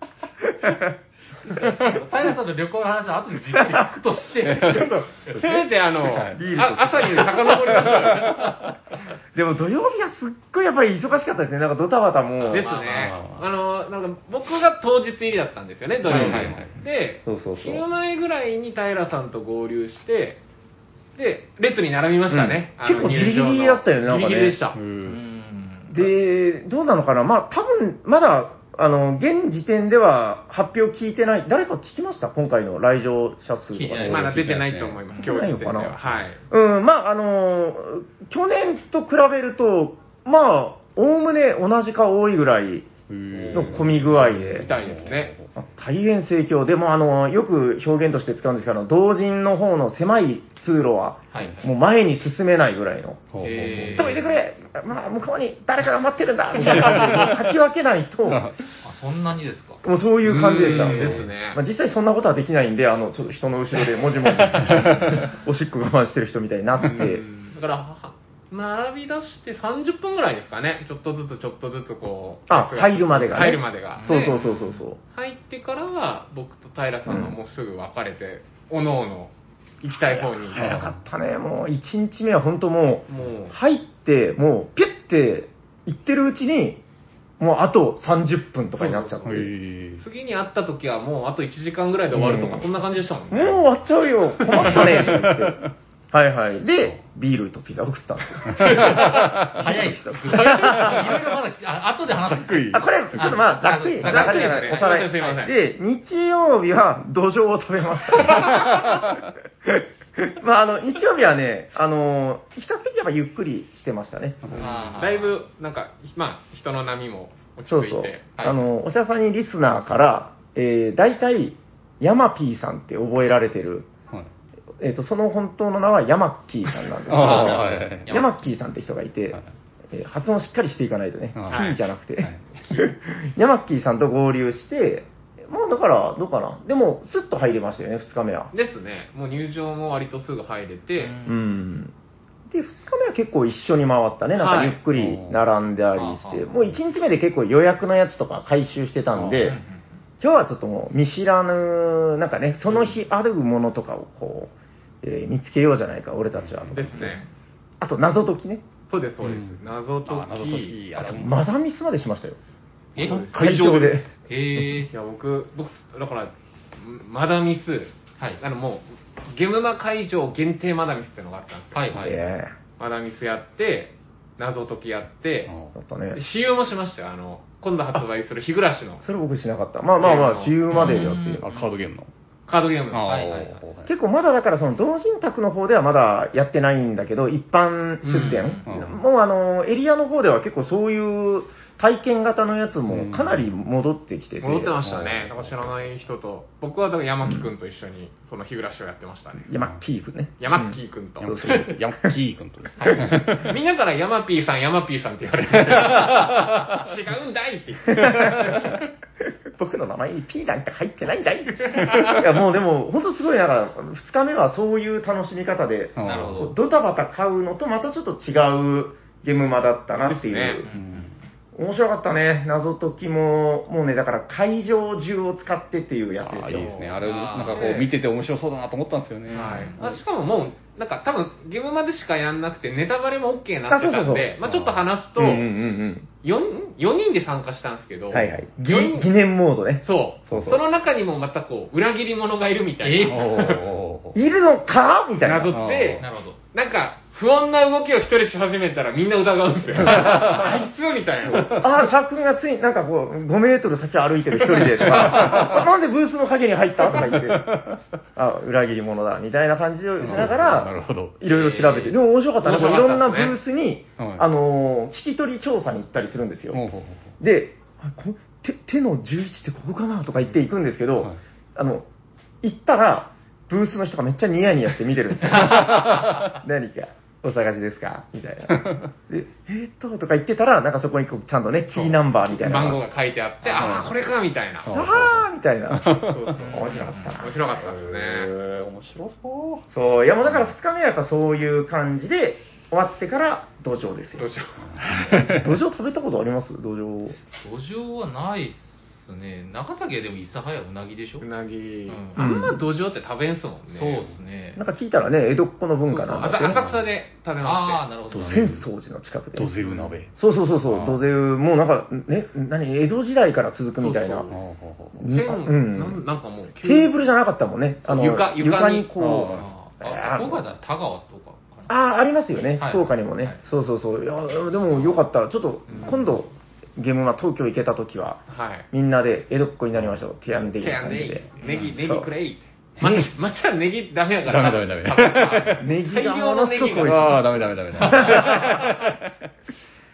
平さんの旅行の話は後でじっくり聞くとして、ちょっと、 せめてあの、あ朝に遡りました。 でも土曜日はすっごいやっぱり忙しかったですね。なんかドタバタも。 ですね。あの、なんか僕が当日入りだったんですよね、土曜日。はいはいはい、で、 そうそうそう、 昼前ぐらいに平さんと合流して、で、列に並びましたね。 うん、結構ギリギリだったよね、なんかね。 ギリギリでした。 で、どうなのかな、まあ多分、まだ、あの、現時点では発表聞いてない。誰か聞きました今回の来場者数とか、ね。 まだ出てないと思います。今日の時点では。はい。 うん、まああの、去年と比べると、まあ、おおむね同じか多いぐらいの混み具合で。 みたいですね。 大変盛況。でも、あの、よく表現として使うんですけど、同人の方の狭い通路は、もう前に進めないぐらいの。 へーどいてくれ、まあ、向こうに誰かが待ってるんだみたいな感じで、もうかき分けないと、 あ、そんなにですか。 もうそういう感じでした。 うんですねまあ、実際そんなことはできないんで、あの、ちょっと人の後ろでもじもじ、おしっこ我慢してる人みたいになって、 うんだから、は並び出してさんじゅっぷんぐらいですかね。ちょっとずつちょっとずつこう。 あ、入るまでがね。 入るまでが。 そうそうそうそうそう。 入ってからは、僕と平さんはもうすぐ別れて、おのおの行きたい方に。 早かったね。もういちにちめは本当もう、 もう入って、もうピュッて行ってるうちに、もうあとさんじゅっぷんとかになっちゃって。 次に会った時はもうあといちじかんぐらいで終わるとか、 うんそんな感じでしたもんね。 もう終わっちゃうよ。困ったね。って言ってはいはい。で、ビールとピザを食ったんですよ。 早いです。いろいろまだ、あ後で話す。 あ、これ、ちょっとまあ、ざっくり、 ざっくりですねおさらいすいませんで、日曜日は土壌を食べました。まあ、あの、日曜日はね、あの、比較的やっぱゆっくりしてましたね。 あーだいぶ、なんか、まあ、人の波も落ち着いて。 そうそう。 はいあの、おしゃさんにリスナーから、えー、大体、ヤマピーさんって覚えられてる、 はいえっ、と、その本当の名はヤマッキーさんなんですけど、 あーはいはいはいヤマッキーさんって人がいて、 はいえー発音しっかりしていかないとね、 はい P じゃなくて、 はいヤマッキーさんと合流して、もうだから、どうかな。でも、スッと入れましたよね、ふつかめは。 ですね。もう入場も割とすぐ入れて、 うん。で、ふつかめは結構一緒に回ったね。なんかはいゆっくり並んでありして、もういちにちめで結構予約のやつとか回収してたんで、今日はちょっともう見知らぬ、なんかね、その日あるものとかをこう、えー見つけようじゃないか、俺たちは。 ですね。 あと、謎解きね。 そうです、そうです。 うん謎解あ謎解きき。 あと、マダミスまでしましたよ。 え会場で。 へえいや、僕、僕、だから、マダミス、はい、あのもう、ゲムマ会場限定マダミスっていうのがあったんですよ。 はいはい。 えマダミスやって、謎解きやって、 えだったねで。私有もしましたよ。あの、今度発売する日暮らしのそれ僕しなかった。まあまあまあ、私有までやってうんあ、カードゲームの。 カードゲームの。 あはいはいはい。 ー結構まだだからその同人宅の方ではまだやってないんだけど、一般出店、 うんうんもうあの、エリアの方では結構そういう体験型のやつもかなり戻ってきてて、 戻ってましたね。なんか知らない人と、僕はだから山木くんと一緒に、その日暮らしをやってましたね。 ヤマッキーフね。 山木くんと。 そうそうヤンキー君とです。 みんなから山ピーさん、山ピーさんって言われて、違うんだいって言って。 僕の名前に P なんか入ってないんだいいやもうでも、本当すごいなんか、ふつかめはそういう楽しみ方で、 なるほどこうドタバタ買うのとまたちょっと違うゲームマだったなっていう。 ですねうん面白かったね。謎解きも、もうね、だから会場中を使ってっていうやつですよ。 あーいいですね。あれ、 あーなんかこう見てて面白そうだなと思ったんですよね。 はい、あしかももう、なんか多分ゲームまでしかやんなくて、ネタバレも OK になってたんで、 あそうそうそうまあちょっと話すと、 うんうんうんよん、よにんで参加したんですけど、 うん。はいはい。ぎよにん疑念モードね。 そうそうそうの中にもまたこう、裏切り者がいるみたいな。 おーいるのかみたいな。 謎ってなるほど。 なんか、不穏な動きを一人し始めたらみんな疑うんですよ。あいつみたいな。 ああ、シャーク君がついになんかこう、ごメートル先歩いてる一人でとか、なんでブースの影に入ったとか言って、あ、裏切り者だ、みたいな感じをしながらなるほ、ど。 いろいろ調べて、でも面白かったね。 面白かったこういろんなブですねースに、 はいあのー、聞き取り調査に行ったりするんですよ。 ほうほうほうで、あこ手手のじゅういちってここかなとか言って行くんですけど、 はいあの、行ったら、ブースの人がめっちゃニヤニヤして見てるんですよ。何かお探しですかみたいな。で、えーっと、とか言ってたら、なんかそこにこうちゃんとね、キーナンバーみたいな。 番号が書いてあって、ああ、これかみたいな。 そうあーみたいな。 そうそう面白かったな。 面白かったですね。 へー面白そう。 そう、いやもうだからふつかめはやっぱそういう感じで、終わってから土壌ですよどう。しよ土壌食べたことあります土壌。 土壌はないっすね。長崎はでも諫早うなぎでしょう。うなぎ、 うんあんま土壌って食べんすもんね。 そうっすねなん。か聞いたらね、江戸っ子の文化なんだってね。 そうそう浅草で食べあまあ、なるほど。 浅草寺の近くで。 ドゼル鍋。 そうそうそうそう、 あー土ゼウ、もうなんか、ね、何、江戸時代から続くみたいな。 そうほうほうほうして。 う線、 んなんなんかもう、 テーブルじゃなかったもんね。あの床床ににこう。 ああ、福岡だったら田川とかかな。 ああ、ありますよね、 はい福岡にもね。 はいそうそうそう。いや、でもよかった。ちょっと、今度、ゲームは東京行けたときは、 はい。 みんなで江戸っ子になりましょう。提案できるケアネギ感じで。、 ネギ、ネそうギくれい。ま、まっちゃんネギダメやから。 ダメダメダメネギがものすごく美味しい。 ああ、ダメダメダメダメ。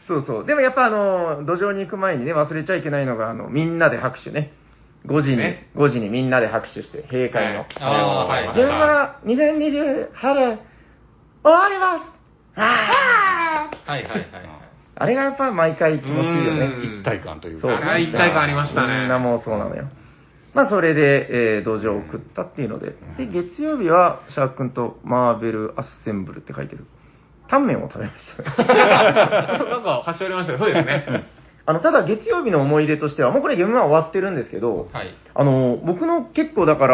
そうそう。でもやっぱあの、土壌に行く前にね、忘れちゃいけないのが、あの、みんなで拍手ね。ごじに、ね、ごじにみんなで拍手して、閉会の。 ああ、はい。 ゲームはにせんにじゅう春、終わりますあーはいはいはい。 あれがやっぱ毎回気持ちいいよね。 一体感というか。 そう。 あ一体感ありましたね。 みんなもうそうなのよ。まあそれで、えー、土壌を食ったっていうので。で、月曜日は、シャーク君とマーベルアッセンブルって書いてる。タンメンを食べました。 なんか、はしょりましたよ。そうですね。 あの、ただ月曜日の思い出としては、もうこれゲームは終わってるんですけど、 はい、 あの、僕の結構だから、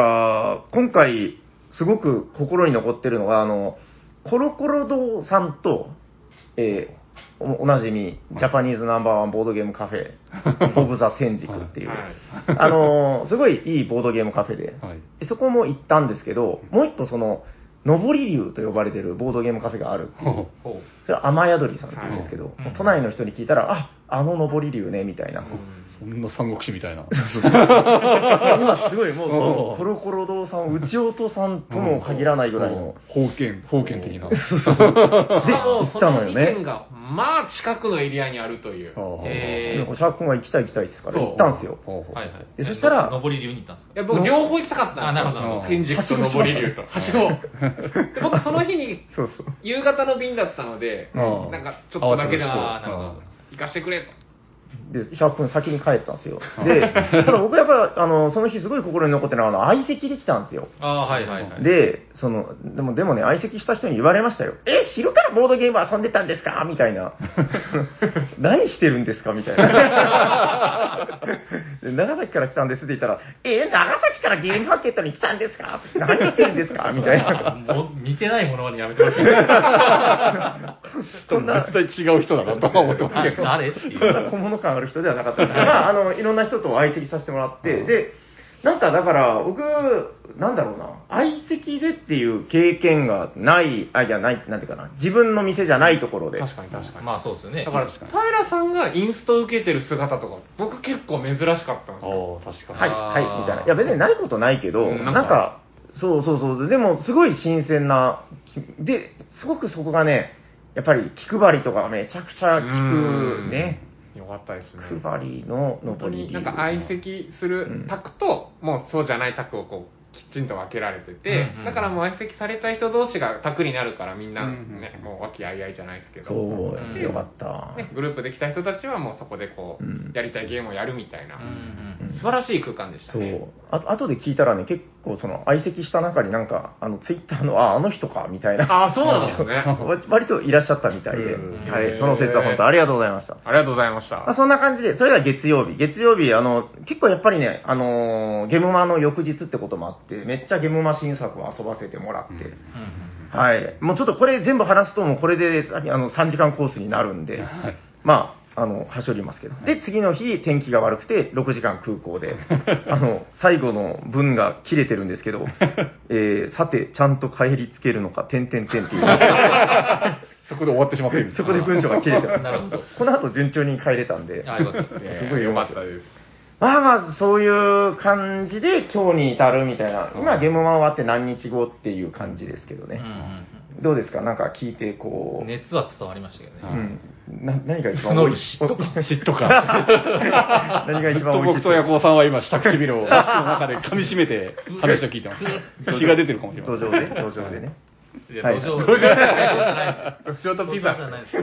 今回、すごく心に残ってるのが、あの、コロコロ堂さんと、えー、お, おなじみ、ジャパニーズナンバーワンボードゲームカフェ、オブザ天竺っていう、はい、あの、すごいいいボードゲームカフェで、はい、そこも行ったんですけど、もう一個その、のぼり竜と呼ばれてるボードゲームカフェがあるっていう。それは雨宿りさんって言うんですけど、はい、都内の人に聞いたら、あ、あののぼり竜ね、みたいな。 そんな三国志みたいな。 今すごいもうその、コロコロ堂さん、内音さんとも限らないぐらいの。 封建、封建的な。 そうそうそう。で、 行ったのよね。 が、まあ近くのエリアにあるという。 えー、シャーク君が行きたい行きたいですから、行ったんですよ。 はいはい。 で、そしたら、 登り竜に行ったんですか？ いや、僕両方行きたかった。あ、なるほど。天竺と登り竜と。はしご。で、僕その日に、そうそう。夕方の便だったので、なんかちょっとだけでも、行かしてくれと。 で、ひゃっぷん先に帰ったんですよ。で、ただ僕やっぱ、あの、その日すごい心に残ってるのは、あの、相席できたんですよ。 ああ、はいはいはい。 で、その、でも、でもね、相席した人に言われましたよ。え、昼からボードゲーム遊んでたんですかみたいな。何してるんですかみたいな。で長崎から来たんですって言ったら、え、長崎からゲームマーケットに来たんですか何してるんですかみたいな。 もう見てないものにやめてもらっていいですか？ こんな、 絶対違う人だなと思ってますけど。 誰っていう。 小物感ある人ではなかったんですけど、まあ、あの、いろんな人と相席させてもらって、で、なんかだから、僕、なんだろうな、相席でっていう経験がない、あ、じゃない、なんていうかな、自分の店じゃないところで。 確かに確かに。 まあそうですよね。 だから、平さんがインスト受けてる姿とか、僕結構珍しかったんですよ。 確かに。 はい、はい、みたいな。いや、別にないことないけど、なんか、なんかそうそうそう、でも、すごい新鮮な、で、すごくそこがね、やっぱり気配りとかめちゃくちゃ効くね。 よかったですね。 気配りの上り理由。 なんか相席する卓と、うん、もうそうじゃない卓をこう、きちんと分けられてて、うんうん、だからもう相席された人同士が卓になるからみんなね、うんうん、もう和気あいあいじゃないですけど。 そう、よかった、 ね。グループで来た人たちはもうそこでこう、うん、やりたいゲームをやるみたいな、 うんうん、 素晴らしい空間でしたね。 そう。あとで聞いたらね、結構その相席した中になんか、あの、ツイッターの、あ、あの人か、みたいな。 あ、そうなんですね。 割といらっしゃったみたいで、はい、その説は本当ありがとうございました。 ありがとうございました。 まあ、そんな感じで、それが月曜日。月曜日、あの、結構やっぱりね、あのー、ゲームマの翌日ってこともあって、めっちゃゲームマ新作を遊ばせてもらって、うんうんうん、はい。もうちょっとこれ全部話すともうこれであのさんじかんコースになるんで、はい、まあ、あの、はしょりますけど。で、次の日、天気が悪くて、ろくじかん空港で、あの、最後の文が切れてるんですけど、えー、さて、ちゃんと帰りつけるのか、てんてんてんっていう。 そこで終わってしまっているんです。 そこで文章が切れてます。 なるほど。 この後順調に帰れたんで、 あ、よかったですね。 すごい良かったです。 まあまあ、そういう感じで今日に至るみたいな、今ゲームマン終わって何日後っていう感じですけどね。うんうん、どうですかなんか聞いてこう。 熱は伝わりましたけどね。 うん。な何が一番多い嫉妬か。 嫉妬か。 何が一番多い僕とヤコウさんは今下唇をマスクの中で噛み締めて話を聞いてます。血が出てるかもしれない。 土壌で、土壌でね。 いや、土壌、土壌じゃない。 土壌とピザじゃないです。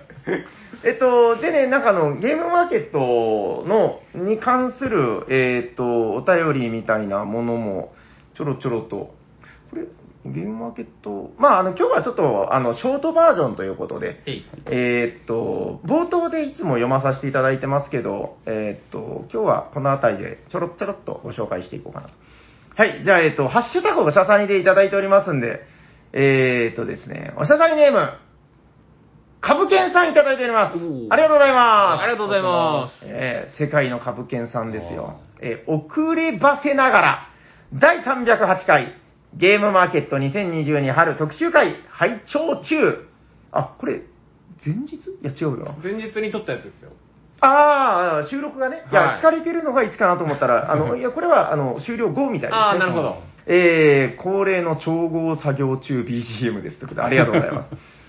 えっと、でね、なんかの、ゲームマーケットの、に関する、えっと、お便りみたいなものも、ちょろちょろと、これ、ゲームマーケット、まあ、あの、今日はちょっと、あの、ショートバージョンということで、えっと、冒頭でいつも読まさせていただいてますけど、えっと、今日はこのあたりでちょろちょろっとご紹介していこうかなと。はい、じゃあ、えっと、ハッシュタグおしゃさにでいただいておりますんで、えっとですね、おしゃさにネーム、カブケンさんいただいております。ありがとうございます。 ありがとうございます。 えー、世界のカブケンさんですよ。えー、遅ればせながら、だいさんびゃくはちかい、ゲームマーケットにせんにじゅうに春特集会、拝聴中。あ、これ、前日いや、違うよな。 前日に撮ったやつですよ。 ああ、収録がね。いや、はい、聞かれてるのがいつかなと思ったら、あの、いや、これは、あの、終了後みたいですね。 ああ、なるほど。 えー、恒例の調合作業中 ビージーエム ですということで、ありがとうございます。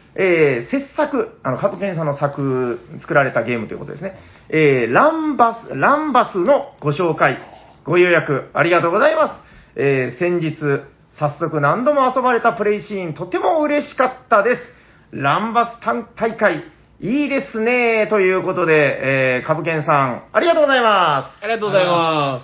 えー、傑作、あの、カプケンさんの作、作られたゲームということですね。えー、ランバス、ランバスのご紹介、ご予約、ありがとうございます。えー、先日、早速何度も遊ばれたプレイシーン、とても嬉しかったです。ランバス大会、いいですね、ということで、えー、カプケンさん、ありがとうございます。 ありがとうございます。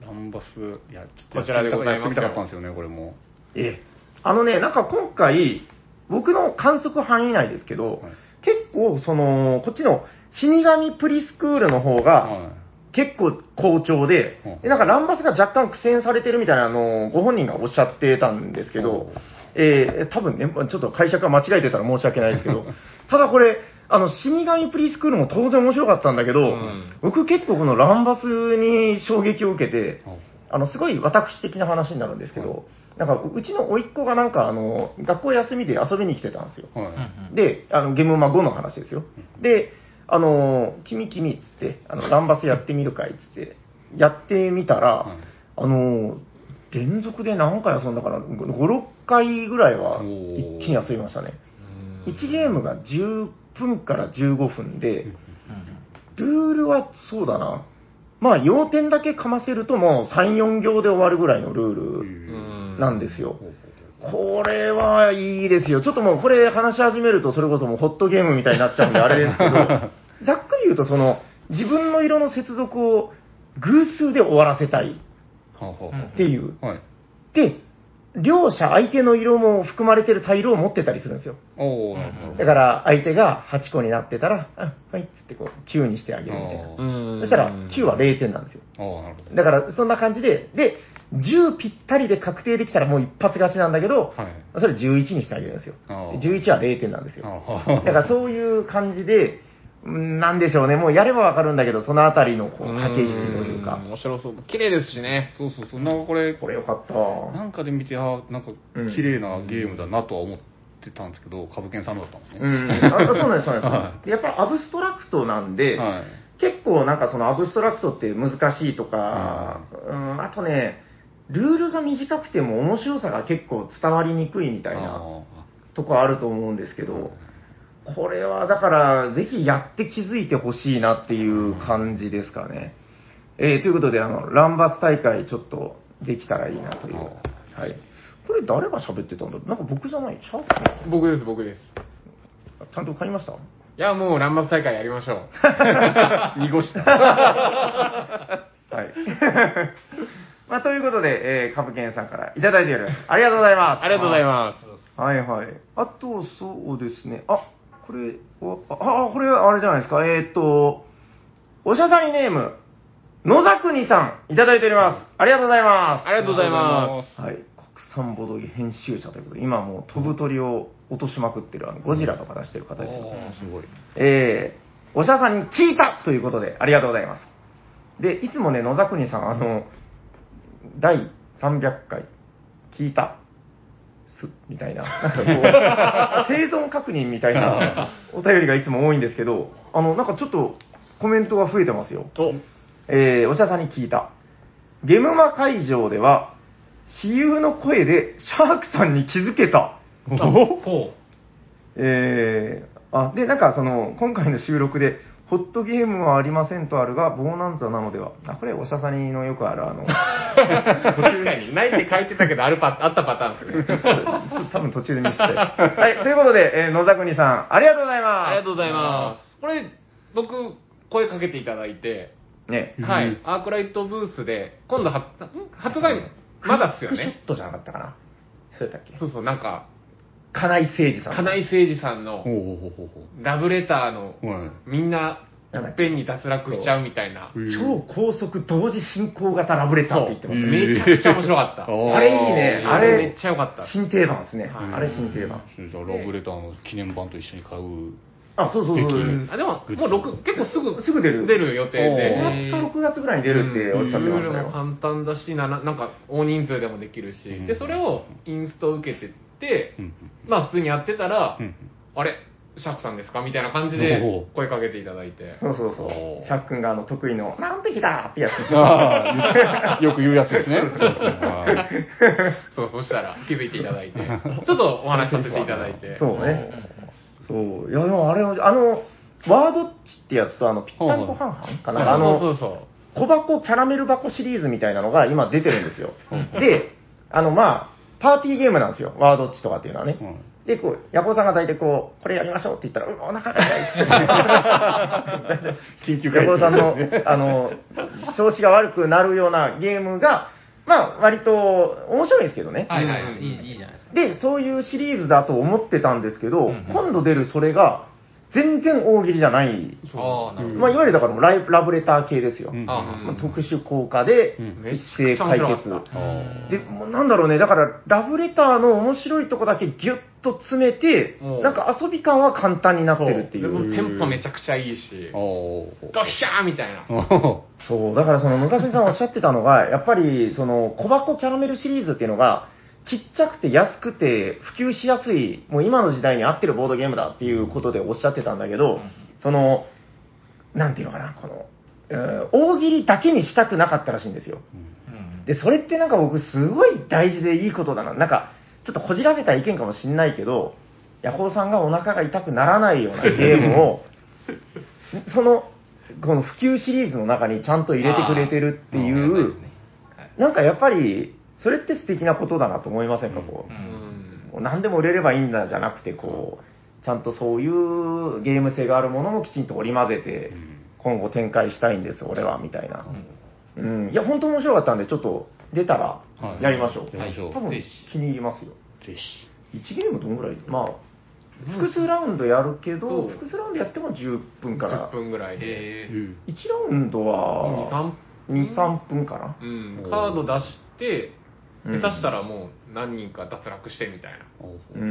ランバス、いや、ちょっとこちらでございます。 やってみたかったんですよね、これも。 ええ。あのね、なんか今回、僕の観測範囲内ですけど、はい、結構、その、こっちの死神プリスクールの方が、結構好調で、はい、なんかランバスが若干苦戦されてるみたいなのをご本人がおっしゃってたんですけど、えー、多分ね、ちょっと解釈が間違えてたら申し訳ないですけど、ただこれ、あの、死神プリスクールも当然面白かったんだけど、うん、僕結構このランバスに衝撃を受けて、あの、すごい私的な話になるんですけど、なんか、うちの甥っ子がなんか、あの、学校休みで遊びに来てたんですよ。はい、で、あの、ゲームマごの話ですよ。で、あの、君君っつって、あの、ランバスやってみるかいっつって、やってみたら、はい、あの、連続で何回遊んだかな、ご、ろっかいぐらいは一気に遊びましたね。いちゲームがじゅっぷんからじゅうごふんで、ルールはそうだな、まあ、要点だけかませるともうさん、よん行で終わるぐらいのルールなんですよ。これはいいですよ。ちょっともうこれ話し始めるとそれこそもうホットゲームみたいになっちゃうんであれですけど、ざっくり言うとその自分の色の接続を偶数で終わらせたいっていう。で、両者相手の色も含まれてるタイルを持ってたりするんですよ。おー、だから相手がはちこになってたら、あ、はいっつってこうきゅうにしてあげるみたいな。そしたらきゅうはれいてんなんですよ。だからそんな感じで、で、じゅうぴったりで確定できたらもう一発勝ちなんだけど、はい、それじゅういちにしてあげるんですよ。じゅういちはれいてんなんですよ。だからそういう感じで、なんでしょうね、もうやればわかるんだけど、そのあたりのこう駆け引きというか。 面白そう。綺麗ですしね。 そうそうそう。なんかこれ、 これよかった。 なんかで見て、あなんか綺麗なゲームだなとは思ってたんですけど、カブケンさんだったんですね。 うん。あそうなんです、そうなんです。やっぱアブストラクトなんで、はい、結構なんかそのアブストラクトって難しいとか、うん、あとね、ルールが短くても面白さが結構伝わりにくいみたいなとこあると思うんですけど、これはだからぜひやって気づいてほしいなっていう感じですかね。えー、ということであのランバス大会ちょっとできたらいいなという。はい。これ誰が喋ってたんだろう。なんか僕じゃない。シャープ僕です僕です。 ちゃんと買いました？いやもうランバス大会やりましょう。 濁した。はい。まあ、ということで、えー、カブケンさんからいただいている。ありがとうございます。 ありがとうございます。 はいはい。あと、そうですね。あ、これ、あ、あこれ、あれじゃないですか。えー、っと、おしゃさりネーム、野沢国さん、いただいております。ありがとうございます。 ありがとうございます。 はい。国産ボドゲ編集者ということで、今もう飛ぶ鳥を落としまくってる、あのゴジラとか出してる方ですよ。 すごい。 えー、おしゃさんに聞いたということで、ありがとうございます。で、いつもね、野沢国さん、あの、だいさんびゃっかい、聞いた。すみたいな、なんかこう生存確認みたいなお便りがいつも多いんですけど、あのなんかちょっとコメントが増えてますよ。えー、おしゃさんに聞いた。ゲムマ会場では私有の声でシャークさんに気づけた。えー、あでなんかその今回の収録でホットゲームはありませんとあるが、ボーナンザなのでは。あ、これ、おしゃさにのよくある、あの、 途中に、ないって書いてたけど、あるパ、あったパターンですね。 多分途中でミスって。はい、ということで、えー、野沢国さん、ありがとうございます。 ありがとうございます。これ、僕、声かけていただいて、 ね、 はい、アークライトブースで、今度は、発売、まだっすよね。 クショットじゃなかったかな。そうやったっけ？ そうそう、なんか、 金井誠司さん。 金井誠司さんのラブレターのみんないっぺんに脱落しちゃうみたいな超高速同時進行型ラブレターって言ってますね。 めちゃくちゃ面白かった。 あれいいね。あれめっちゃ良かった。 新定番ですね。あれ新定番。 ラブレターの記念版と一緒に買う。 あ、そうそうそう。 あでももうろく結構すぐすぐ出る出る予定で。 ごがつかろくがつぐらいに出るっておっしゃってましたよ。 ルールも簡単だしな、なんか大人数でもできるし、でそれをインスト受けてで、まあ普通にやってたら、あれシャークさんですかみたいな感じで声かけていただいて。 そうそうそう。シャーク君があの得意の、なんて日だってやつ。 よく言うやつですね。 そう、そしたら気づいていただいて、ちょっとお話しさせていただいて。 そうね。 そう。いや、でもあれ、あの、ワードッチってやつと、あの、ぴったんこはんはんかな。あの、そうそうそう小箱、キャラメル箱シリーズみたいなのが今出てるんですよ。で、あの、まあ、パーティーゲームなんですよ。ワードッチとかっていうのはね。うんで、こう、ヤコウさんが大体こう、これやりましょうって言ったら、うん、お腹が痛いって言って。ヤコウさんの、あの、調子が悪くなるようなゲームが、まあ、割と面白いんですけどね。 はいはいはい。いい、いいじゃないですか。 で、そういうシリーズだと思ってたんですけど、うんうん、今度出るそれが、全然大喜利じゃない。あなるほどまあ、いわゆるだからライラブレター系ですよ。うんまあ、特殊効果で一斉解決。で、もうなんだろうね、だからラブレターの面白いとこだけギュッと詰めて、なんか遊び感は簡単になってるっていう。 でもテンポめちゃくちゃいいし、ドヒャーみたいな。 そう、だからその野崎さんおっしゃってたのが、やっぱりその小箱キャラメルシリーズっていうのが、ちっちゃくて安くて普及しやすい、もう今の時代に合ってるボードゲームだっていうことでおっしゃってたんだけど、その、なんていうのかな、この、えー、大喜利だけにしたくなかったらしいんですよ。で、それってなんか僕すごい大事でいいことだな。なんか、ちょっとこじらせた意見かもしんないけど、ヤホーさんがお腹が痛くならないようなゲームを、その、この普及シリーズの中にちゃんと入れてくれてるっていう、なんかやっぱり、それって素敵なことだなと思いませんか、こう。うん、何でも売れればいいんだじゃなくて、こう、ちゃんとそういうゲーム性があるものもきちんと織り交ぜて、今後展開したいんです、俺は、みたいな。うん。いや、本当面白かったんで、ちょっと出たらやりましょう。はい、多分気に入りますよ。ぜひ。いちゲームどんぐらいまあ、複数ラウンドやるけど、複数ラウンドやってもじゅっぷんから。 じゅっぷんぐらいで。 いちラウンドは、に、さんぷんかな。 うん。カード出して、下手したらもう何人か脱落してみたいな。 うん。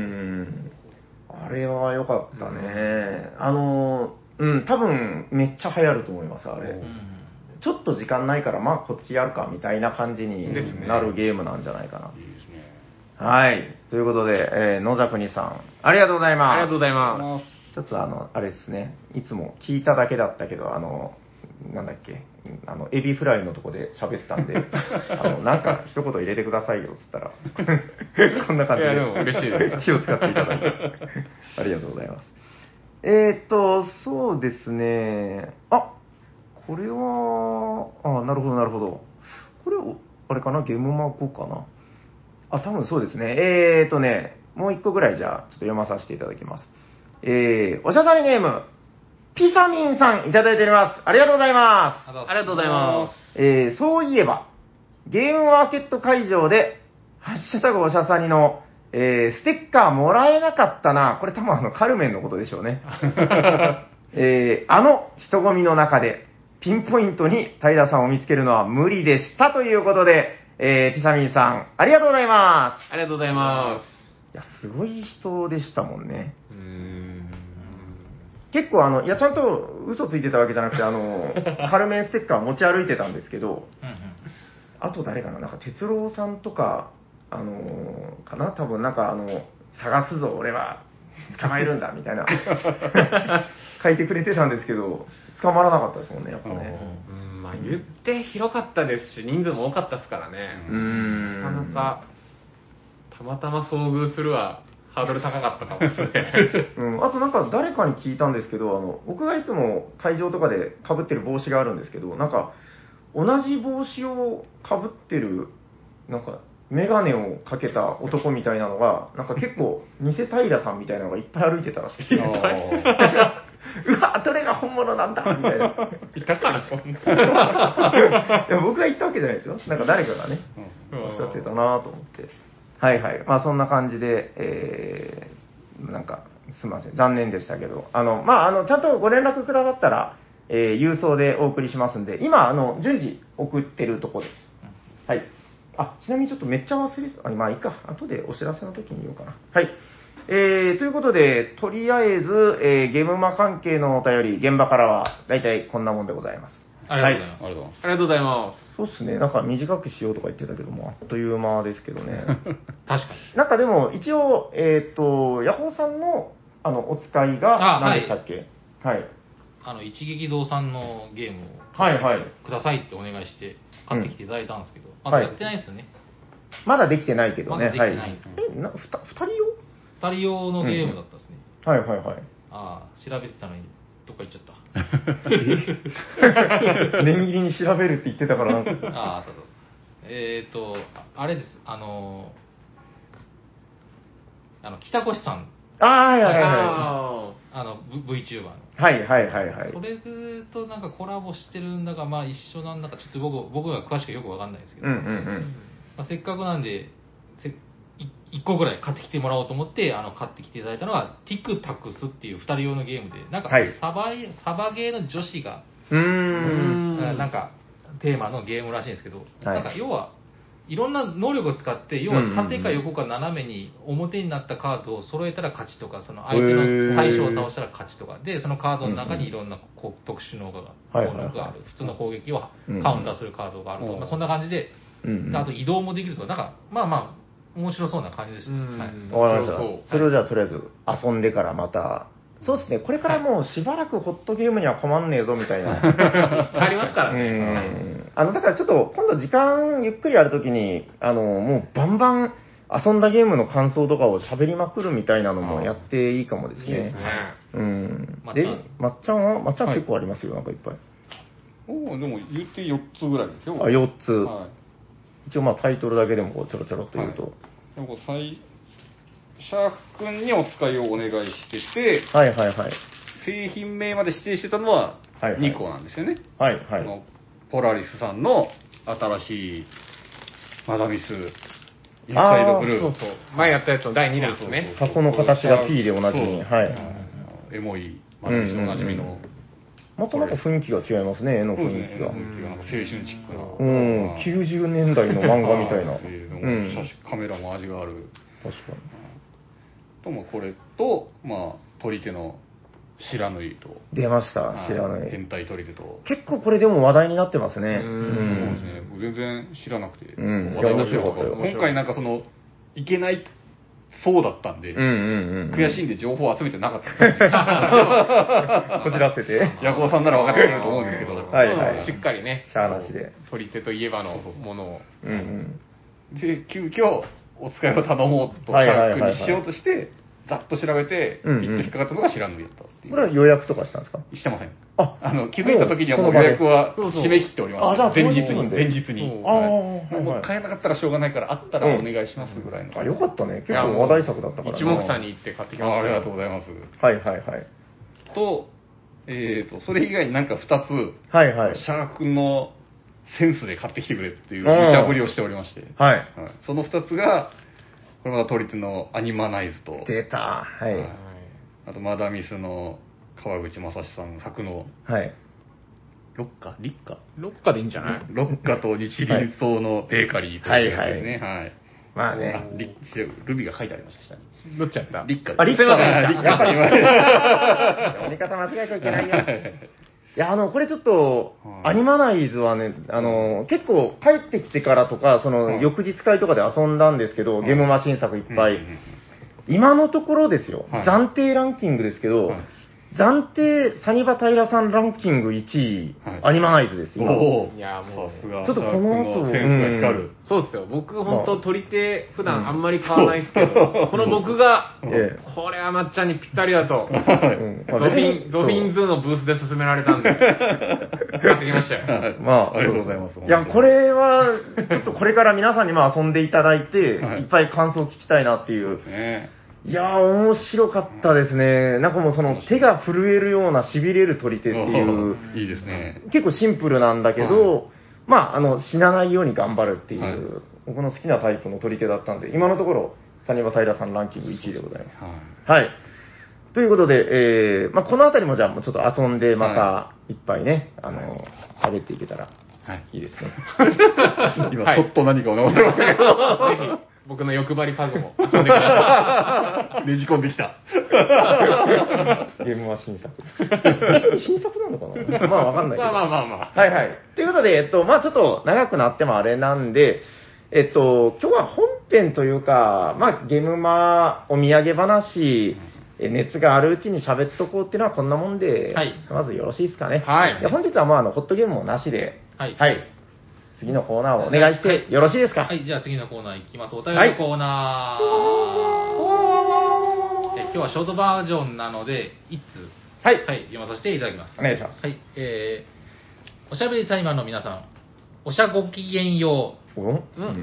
あれは良かったね。あの、うん、多分めっちゃ流行ると思います、あれ。うん、ちょっと時間ないから、まあこっちやるかみたいな感じになるゲームなんじゃないかな。いいですね。はい。ということで、えー、野沢国さん、ありがとうございます。 ありがとうございます。 ちょっとあの、あれですね、いつも聞いただけだったけど、あの、なんだっけ、あの、エビフライのとこで喋ったんで、あの、なんか一言入れてくださいよ、つったら、こんな感じで、 いやでも嬉しいです。 気を使っていただいて、ありがとうございます。えーっと、そうですね、あ、これは、あ、なるほど、なるほど。これ、あれかな、ゲームマごかな。あ、多分そうですね。えーっとね、もう一個ぐらいじゃあ、ちょっと読まさせていただきます。えー、おしゃさりネーム、ピサミンさんいただいております。ありがとうございます。 ありがとうございます。 えー、そういえば、ゲームマーケット会場で、ハッシュタグおしゃさにの、えー、ステッカーもらえなかったな。これ多分あの、カルメンのことでしょうね。えー、あの人混みの中で、ピンポイントに平さんを見つけるのは無理でしたということで、えー、ピサミンさん、ありがとうございます。 ありがとうございます。 いや、すごい人でしたもんね。うーん結構あの、いや、ちゃんと嘘ついてたわけじゃなくて、あの、カルメンステッカー持ち歩いてたんですけど、うんうん、あと誰かな、なんか哲郎さんとか、あの、かな多分なんかあの、探すぞ、俺は、捕まえるんだ、みたいな、書いてくれてたんですけど、捕まらなかったですもんね、やっぱね。 うん、まあ言って広かったですし、人数も多かったですからね。うーん。なかなか、たまたま遭遇するは、ハードル高かったかもですね。 うん、あとなんか誰かに聞いたんですけど、あの、僕がいつも会場とかで被ってる帽子があるんですけど、なんか、同じ帽子を被ってる、なんか、メガネをかけた男みたいなのが、なんか結構、偽平さんみたいなのがいっぱい歩いてたらしくて。うわ、どれが本物なんだみたいな。 いたかな、そんな。 いや、僕が言ったわけじゃないですよ。なんか誰かがね、おっしゃってたなと思って。はいはい。まあそんな感じで、えー、なんか、すみません。残念でしたけど。あの、まああの、ちゃんとご連絡くださったら、えー、郵送でお送りしますんで、今、あの、順次送ってるとこです。はい。あ、ちなみにちょっとめっちゃ忘れあ、まあいいか。後でお知らせの時に言おうかな。はい。えー、ということで、とりあえず、えー、ゲームマ関係のお便り、現場からは、だいたいこんなもんでございます。 ありがとうございます。はい、 ありがとうございます。 そうっすね。なんか短くしようとか言ってたけども、あっという間ですけどね。 確かに。 なんかでも、一応、えっ、ー、と、ヤホーさんの、あの、お使いが何でしたっけ？はい。はい、 あの、一撃堂さんのゲームを、 はいはい。 くださいってお願いして、買ってきていただいたんですけど、うん、まだやってないですよね、はい。 まだできてないけどね。 まだできてないですね。 はい、え、な、ふた、二人用二人用のゲームだったですね。 はいはいはい。 ああ、調べてたのに、どっか行っちゃった。 念入りに調べるって言ってたからなんか。 ああ、あったと。えっ、ー、と、あれです、あの、あの、北越さん。 ああ、はいはいはい。 あの、VTuber の。 はいはいはいはい。 それとなんかコラボしてるんだが、まあ一緒なんだか、ちょっと僕僕が詳しくよくわかんないですけど、 うんうんうん。 まあ、せっかくなんで、せいいっこぐらい買ってきてもらおうと思って、あの、買ってきていただいたのは、ティクタクスっていうふたり用のゲームで、なんかサバ、はい、サバゲーの女子が、 うーん。 なんか、テーマのゲームらしいんですけど、はい、なんか要は、いろんな能力を使って、要は縦か横か斜めに表になったカードを揃えたら勝ちとか、その相手の対象を倒したら勝ちとか、で、そのカードの中にいろんなこう特殊能力がある、普通の攻撃をカウンターするカードがあるとか、まあ、そんな感じで、あと移動もできるとか、なんか、まあまあ、面白そうな感じです。はい。 わかりました。それをじゃあとりあえず遊んでからまた、そうですね、これからもうしばらくホットゲームには困んねえぞみたいな。 ありますからね。 うん。あの、だからちょっと今度時間ゆっくりやるときに、あの、もうバンバン遊んだゲームの感想とかを喋りまくるみたいなのもやっていいかもですね。いいですね。うん。で、まっちゃんはまっちゃん結構ありますよ、なんかいっぱい。 おお、でも言ってよっつぐらいですよ。 あ、よっつ。はい、一応まあタイトルだけでもちょろちょろっと言うと。はい、 でも最シャーク君にお使いをお願いしてて、 はいはいはい。 製品名まで指定してたのはにこなんですよね。 はいはい。 のポラリスさんの新しいマダミス、インサイドブルー。 そうそう。前やったやつのだいにだんですね。 箱の形が P でおなじみ。はい。 エモいマダミスおなじみの。うんうんうん、 またなんか雰囲気が違いますね、絵の雰囲気が。 雰囲気がなんか青春チックな。 うん、きゅうじゅうねんだいの漫画みたいな。 うん、カメラも味がある。 確かに。 ともこれと、まあ、取り手の白縫いと。 出ました、白縫い。 変態取り手と。 結構これでも話題になってますね。うん。 そうですね。全然知らなくて。 うん。いや、面白かったよ。 今回なんかその、いけないそうだったんで、 うんうんうん、 悔しいんで情報を集めてなかった。 こじらせて。 ヤコウさんなら分かってくれると思うんですけど。 はいはい。 しっかりね。 シャーなしで。 取り手といえばのものを。 うんうん。で、急遽、お使いを頼もうと、シャークにしようとして、ざっと調べて、ピッと引っかかったのが白縫いだったっていう。 これは予約とかしたんですか？ してません。 あ、 あの、気づいた時にはもう予約は締め切っております。 あ、じゃあ前日に、前日に。 ああ、 もう買えなかったらしょうがないから、あったらお願いしますぐらいの。 あ、よかったね。結構話題作だったから。 一目散に行って買ってきました。 ありがとうございます。 はいはいはい。 と、えっと、それ以外になんかふたつ、 はいはい。 シャークのセンスで買ってきてくれっていう無茶ぶりをしておりまして。 はい。 そのふたつが、これまた取り手のアニマナイズと。 出た。はい。 あと、マダミスの川口正史さん作の。 はい。 ロッカリッカロッカでいいんじゃない？ ロッカと日輪草のベーカリーというやつですね。はい。 まあね。 ルビが書いてありました、下に。 どっちやった？ リッカ。 あ、リッカだ。 やっぱり言われる。読み方間違えちゃいけないよ。いや、あの、これちょっと、アニマナイズはね、あの、結構帰ってきてからとか、その、翌日会とかで遊んだんですけど、ゲームマシン作いっぱい。今のところですよ、暫定ランキングですけど、暫定サニバタイラさんランキングいちい、アニマナイズですよ。 いや、もう、 さすが。 ちょっとこの後、 センスが光る。 そうですよ。僕、本当取り手、普段あんまり買わないですけど、この僕が、これはまっちゃんにぴったりだと、ドフィン、ドフィンズのブースで勧められたんで、買ってきましたよ。 まあ、ありがとうございます。 いや、これは、ちょっとこれから皆さんにも遊んでいただいて、いっぱい感想を聞きたいなっていう。いやー、面白かったですね。なんかもうその手が震えるような痺れる取り手っていう。 いいですね。 結構シンプルなんだけど、はい、まあ、あの、死なないように頑張るっていう、はい、僕の好きなタイプの取り手だったんで、今のところ、サニバタイラさんランキングいちいでございます。はい。はい、ということで、えー、まあ、このあたりもじゃあもうちょっと遊んで、またいっぱいね、あの、喋っていけたら、はい、いいですね。 今、ちょっと何かを思いましたけど、 ぜひ。僕の欲張りパグも遊んでください。ねじ込んできた。 ゲームは新作。新作なのかなまあわかんないけど。 まあまあまあまあ。はいはい。ということで、えっと、まあちょっと長くなってもあれなんで、えっと、今日は本編というか、まあゲームマお土産話、熱があるうちに喋っとこうっていうのはこんなもんで、はい、まずよろしいですかね。 はい。 いや本日はまああの、ホットゲームもなしで、 はい。 はい次のコーナーをお願いしてよろしいですか？ はい、じゃあ次のコーナーいきます。お便りコーナー。はい、 今日はショートバージョンなので、一通、 はい。 はい、読まさせていただきます。 お願いします。 はい、えー、おしゃべりサニバンの皆さん、おしゃごきげんよう。 うん、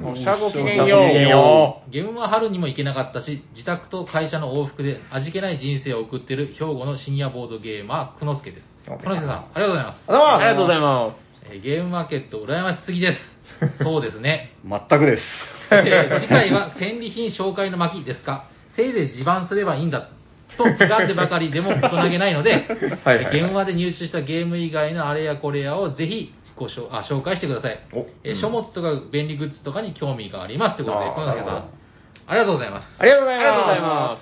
おしゃごきげんよう。ゲームは春にも行けなかったし、自宅と会社の往復で味気ない人生を送っている兵庫のシニアボードゲーマー、くのすけです。くのすけさん、ありがとうございます。 ありがとうございます。 えー、ゲームマーケット羨ましすぎです。そうですね。 全くです。 えー、次回は戦利品紹介の巻ですか。せいぜい自慢すればいいんだ。と気んでばかりでも大人げないので、はいはいはい、現場で入手したゲーム以外のあれやこれやをぜひごしょあ紹介してください。えー、書物とか便利グッズとかに興味がありますということで、久之助さん、ありがとうございます。 ありがとうございます。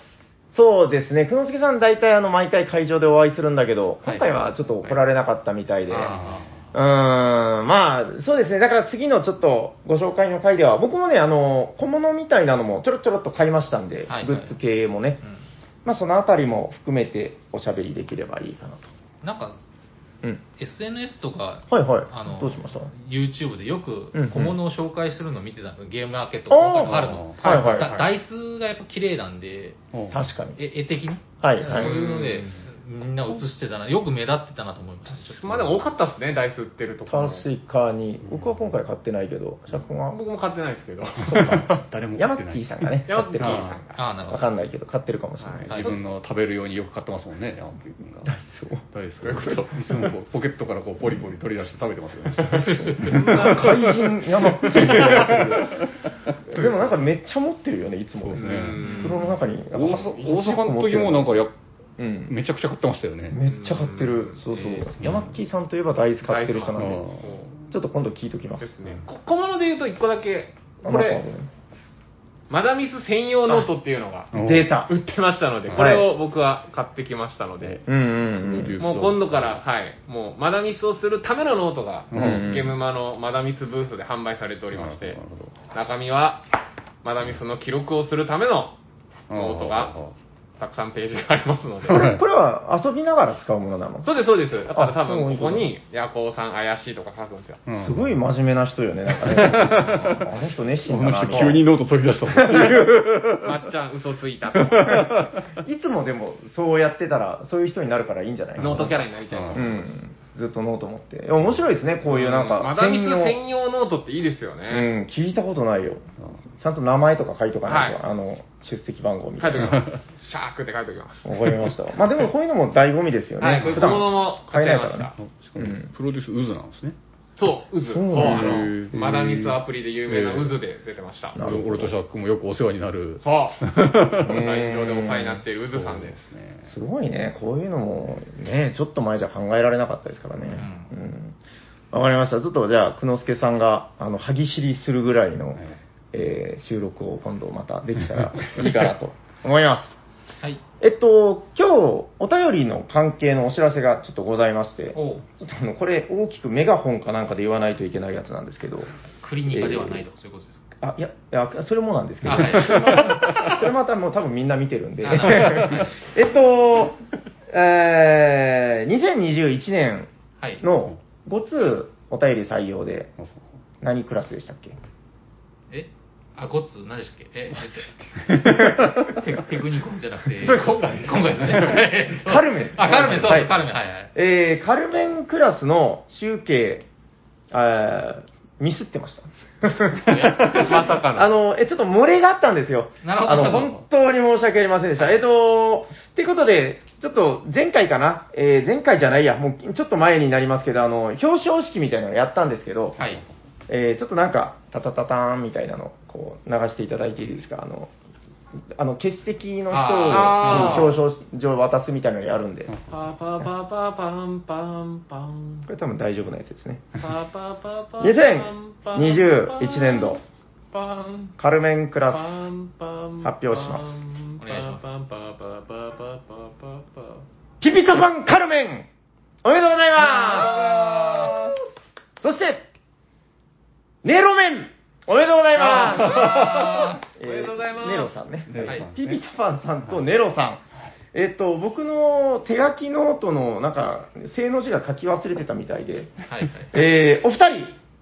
そうですね、久之助さん、大体あの毎回会場でお会いするんだけど、今回はちょっと来られなかったみたいで、はいはい、うーん、まあ、そうですね、だから次のちょっとご紹介の回では、僕もね、あの小物みたいなのもちょろちょろっと買いましたんで、はいはい、グッズ系もね。うん、まあ、そのあたりも含めておしゃべりできればいいかなと。 なんか、うん、エスエヌエス とか、 はいはい、 あのどうしました YouTube でよく小物を紹介するのを見てたんですよ、うんうん、ゲームマーケット今回あるの、はいはいはい、台数がやっぱ綺麗なんで、 確かに絵的に、 はいはい、 そういうのでみんな映してたな、よく目立ってたなと思いました。 まあでも多かったですね、台数売ってるところ。 確かに、僕は今回買ってないけど、シャ君は僕も買ってないですけど、 そうか、誰もヤマッキーさんがね、 ヤマッキーさんが、 ああ、なるほど、 わかんないけど、買ってるかもしれない。 はい、 自分の食べるようによく買ってますもんね、ヤマッキー君が。 ダイスを。 ダイスを。いつもこうポケットからこうポリポリ取り出して食べてますよね。怪人ヤマッキー。でもなんかめっちゃ持ってるよね、いつも。袋の中に。大阪の時もなんかやっうん、めちゃくちゃ買ってましたよね。めっちゃ買ってる。そうそう。ヤマッキーさんといえばダイス買ってる人なんで、ちょっと今度聞いときます。 ですね。小物で言うといっこだけ、これ、マダミス専用ノートっていうのがデータ売ってましたので、これを僕は買ってきましたので、 うんうんうん、 もう今度から、はい、もうマダミスをするためのノートが、うんうん、ゲームマのマダミスブースで販売されておりまして、中身はマダミスの記録をするためのノートが、たくさんページがありますので。 これ、これは遊びながら使うものなの？ そうです、そうです。だから多分ここに、ヤコウさん怪しいとか書くんですよ。 うん、すごい真面目な人よね、なんかね。あの人熱心だな。あの人急にノート取り出したもん。 まっちゃん嘘ついたと。 いつもでもそうやってたら、そういう人になるからいいんじゃない？ ノートキャラになりたい。うんうんずっとノート持って。面白いですね、こういうなんか。 マダミス専用ノートっていいですよね。 うん、聞いたことないよ。ちゃんと名前とか書いとかないと、はい、あの、出席番号みたいな。 書いときます。シャークって書いときます。 わかりました。まあでもこういうのも醍醐味ですよね。 はい、こういう小物も買えないからね。 うん、プロデュース渦なんですね。 そう、渦。そう、あの、マダミスアプリで有名な渦で出てました。 俺とシャックもよくお世話になる。 そう。ライン上でお世話になっている渦さんです。 ね、すごいね。こういうのも、ね、ちょっと前じゃ考えられなかったですからね。うん。わ、うん、かりました。ちょっとじゃあ、久之助さんが、あの、歯ぎしりするぐらいの、えー、収録を今度またできたらいいかなと思います。 はい。 えっと、今日、お便りの関係のお知らせがちょっとございまして、ちょっとあの、これ大きくメガホンかなんかで言わないといけないやつなんですけど。 クリニカではないと、えー、そういうことですか？ あ、いや、いや、それもなんですけど、はい、それまたもう多分みんな見てるんで。えっと、えー、にせんにじゅういちねんのご通お便り採用で、何クラスでしたっけ？ えあ、ごつ、何でしたっけえ、テ, テクニコンじゃなくて、 それ今回です。 今回ですね。 カルメン。 あ、カルメン、そうです、はい、カルメン、はいはい。 えー、カルメンクラスの集計、あミスってました。 まさかの。 あの、え、ちょっと漏れがあったんですよ。 なるほど。 あの、本当に申し訳ありませんでした。えっと、ってことで、ちょっと前回かな、えー、前回じゃないや、もうちょっと前になりますけど、あの、表彰式みたいなのをやったんですけど、 はい。 えー、ちょっとなんか、タタタターンみたいなの、こう、流していただいていいですか？あの、あの、欠席の人に表彰状を渡すみたいなのやるんで。 パパパパパンパンパン。 これ多分大丈夫なやつですね。 パパパパにせんにじゅういちねん度、カルメンクラス、発表します。 お願いします。 ピピタパンカルメンおめでとうございます。そして、ネロメンおめでとうございます。 おめでとうございます。 ネロさんね。はい、ピピタパンさんとネロさん。えっと、僕の手書きノートの、なんか、正の字が書き忘れてたみたいで、 はいはい、 えー、お二人、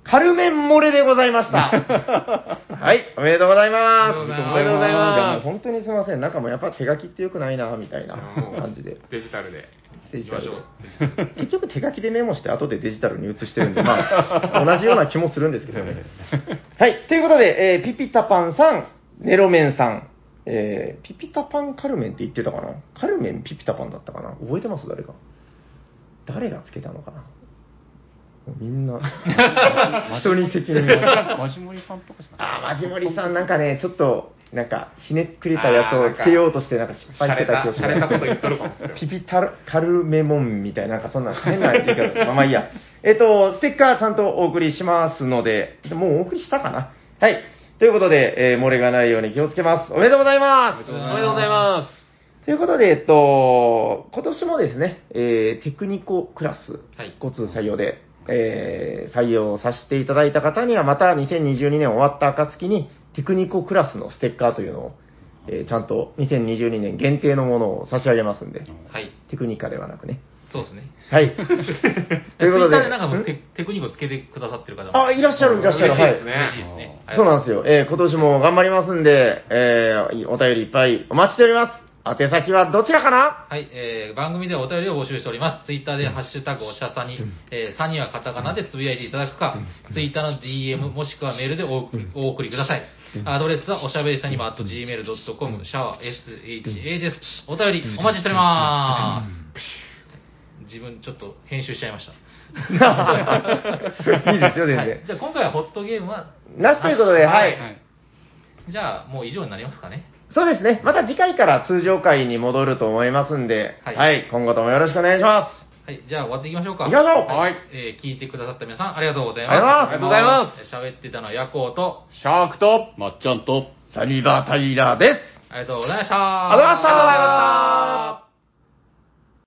カルメン漏れでございました。はい、おめでとうございます。 おめでとうございます。 いやもう本当にすみません。なんかもうやっぱ手書きってよくないな、みたいな感じで。 デジタルで。 デジタルで。結局手書きでメモして後でデジタルに移してるんで、まあ、同じような気もするんですけどね。はい、ということで、えー、ピピタパンさん、ネロメンさん、えー、ピピタパンカルメンって言ってたかな？カルメンピピタパンだったかな？覚えてます？誰か。誰がつけたのかな？みんな、人に責任が。 マジモリさんとかしますああ、マジモリさんなんかね、ちょっと、なんか、ひねくれたやつをつけようとして、なんか失敗してた気がする。 されたこと言っとるかも。 ピピタル、カルメモンみたいな、なんかそんな変な言い方。まあまあいいや。えっと、ステッカーちゃんとお送りしますので、もうお送りしたかな。はい。ということで、えー、漏れがないように気をつけます。おめでとうございます。 おめでとうございます。 ということで、えっと、今年もですね、えー、テクニコクラス、交通採用で、えー、採用させていただいた方には、またにせんにじゅうにねん終わった暁に、テクニコクラスのステッカーというのを、えー、ちゃんとにせんにじゅうにねん限定のものを差し上げますんで、 はい。 テクニカではなくね。 そうですね。 はい。 ということで。ツイッターでなんかもうテテクニコつけてくださってる方も。 あ、いらっしゃる、いらっしゃる。 はい。嬉しいですね。 そうなんですよ。えー、今年も頑張りますんで、えー、お便りいっぱいお待ちしております。宛先はどちらかな？ はい、えー、番組ではお便りを募集しております。ツイッターでハッシュタグおしゃさに、えー、さにはカタカナでつぶやいていただくか、ツイッターの ディーエム もしくはメールでお送りお送りください。アドレスはおしゃべりさにま アットジーメールドットコム、シャワー エスエイチエー です。お便りお待ちしております。自分ちょっと編集しちゃいました。 いいですよ、全然。はい、 じゃあ今回はホットゲームはなしということで、はい。はい、 じゃあもう以上になりますかね。 そうですね。また次回から通常回に戻ると思いますんで、はい、はい、今後ともよろしくお願いします。 はい、じゃあ終わっていきましょうか。 行きましょう。 はい。えー、聞いてくださった皆さんありがとうございます。 ありがとうございます。 喋ってたのはヤコウと、 シャークと、 まっちゃんと、 サニバタイラーです。 ありがとうございました。 ありがとうございました。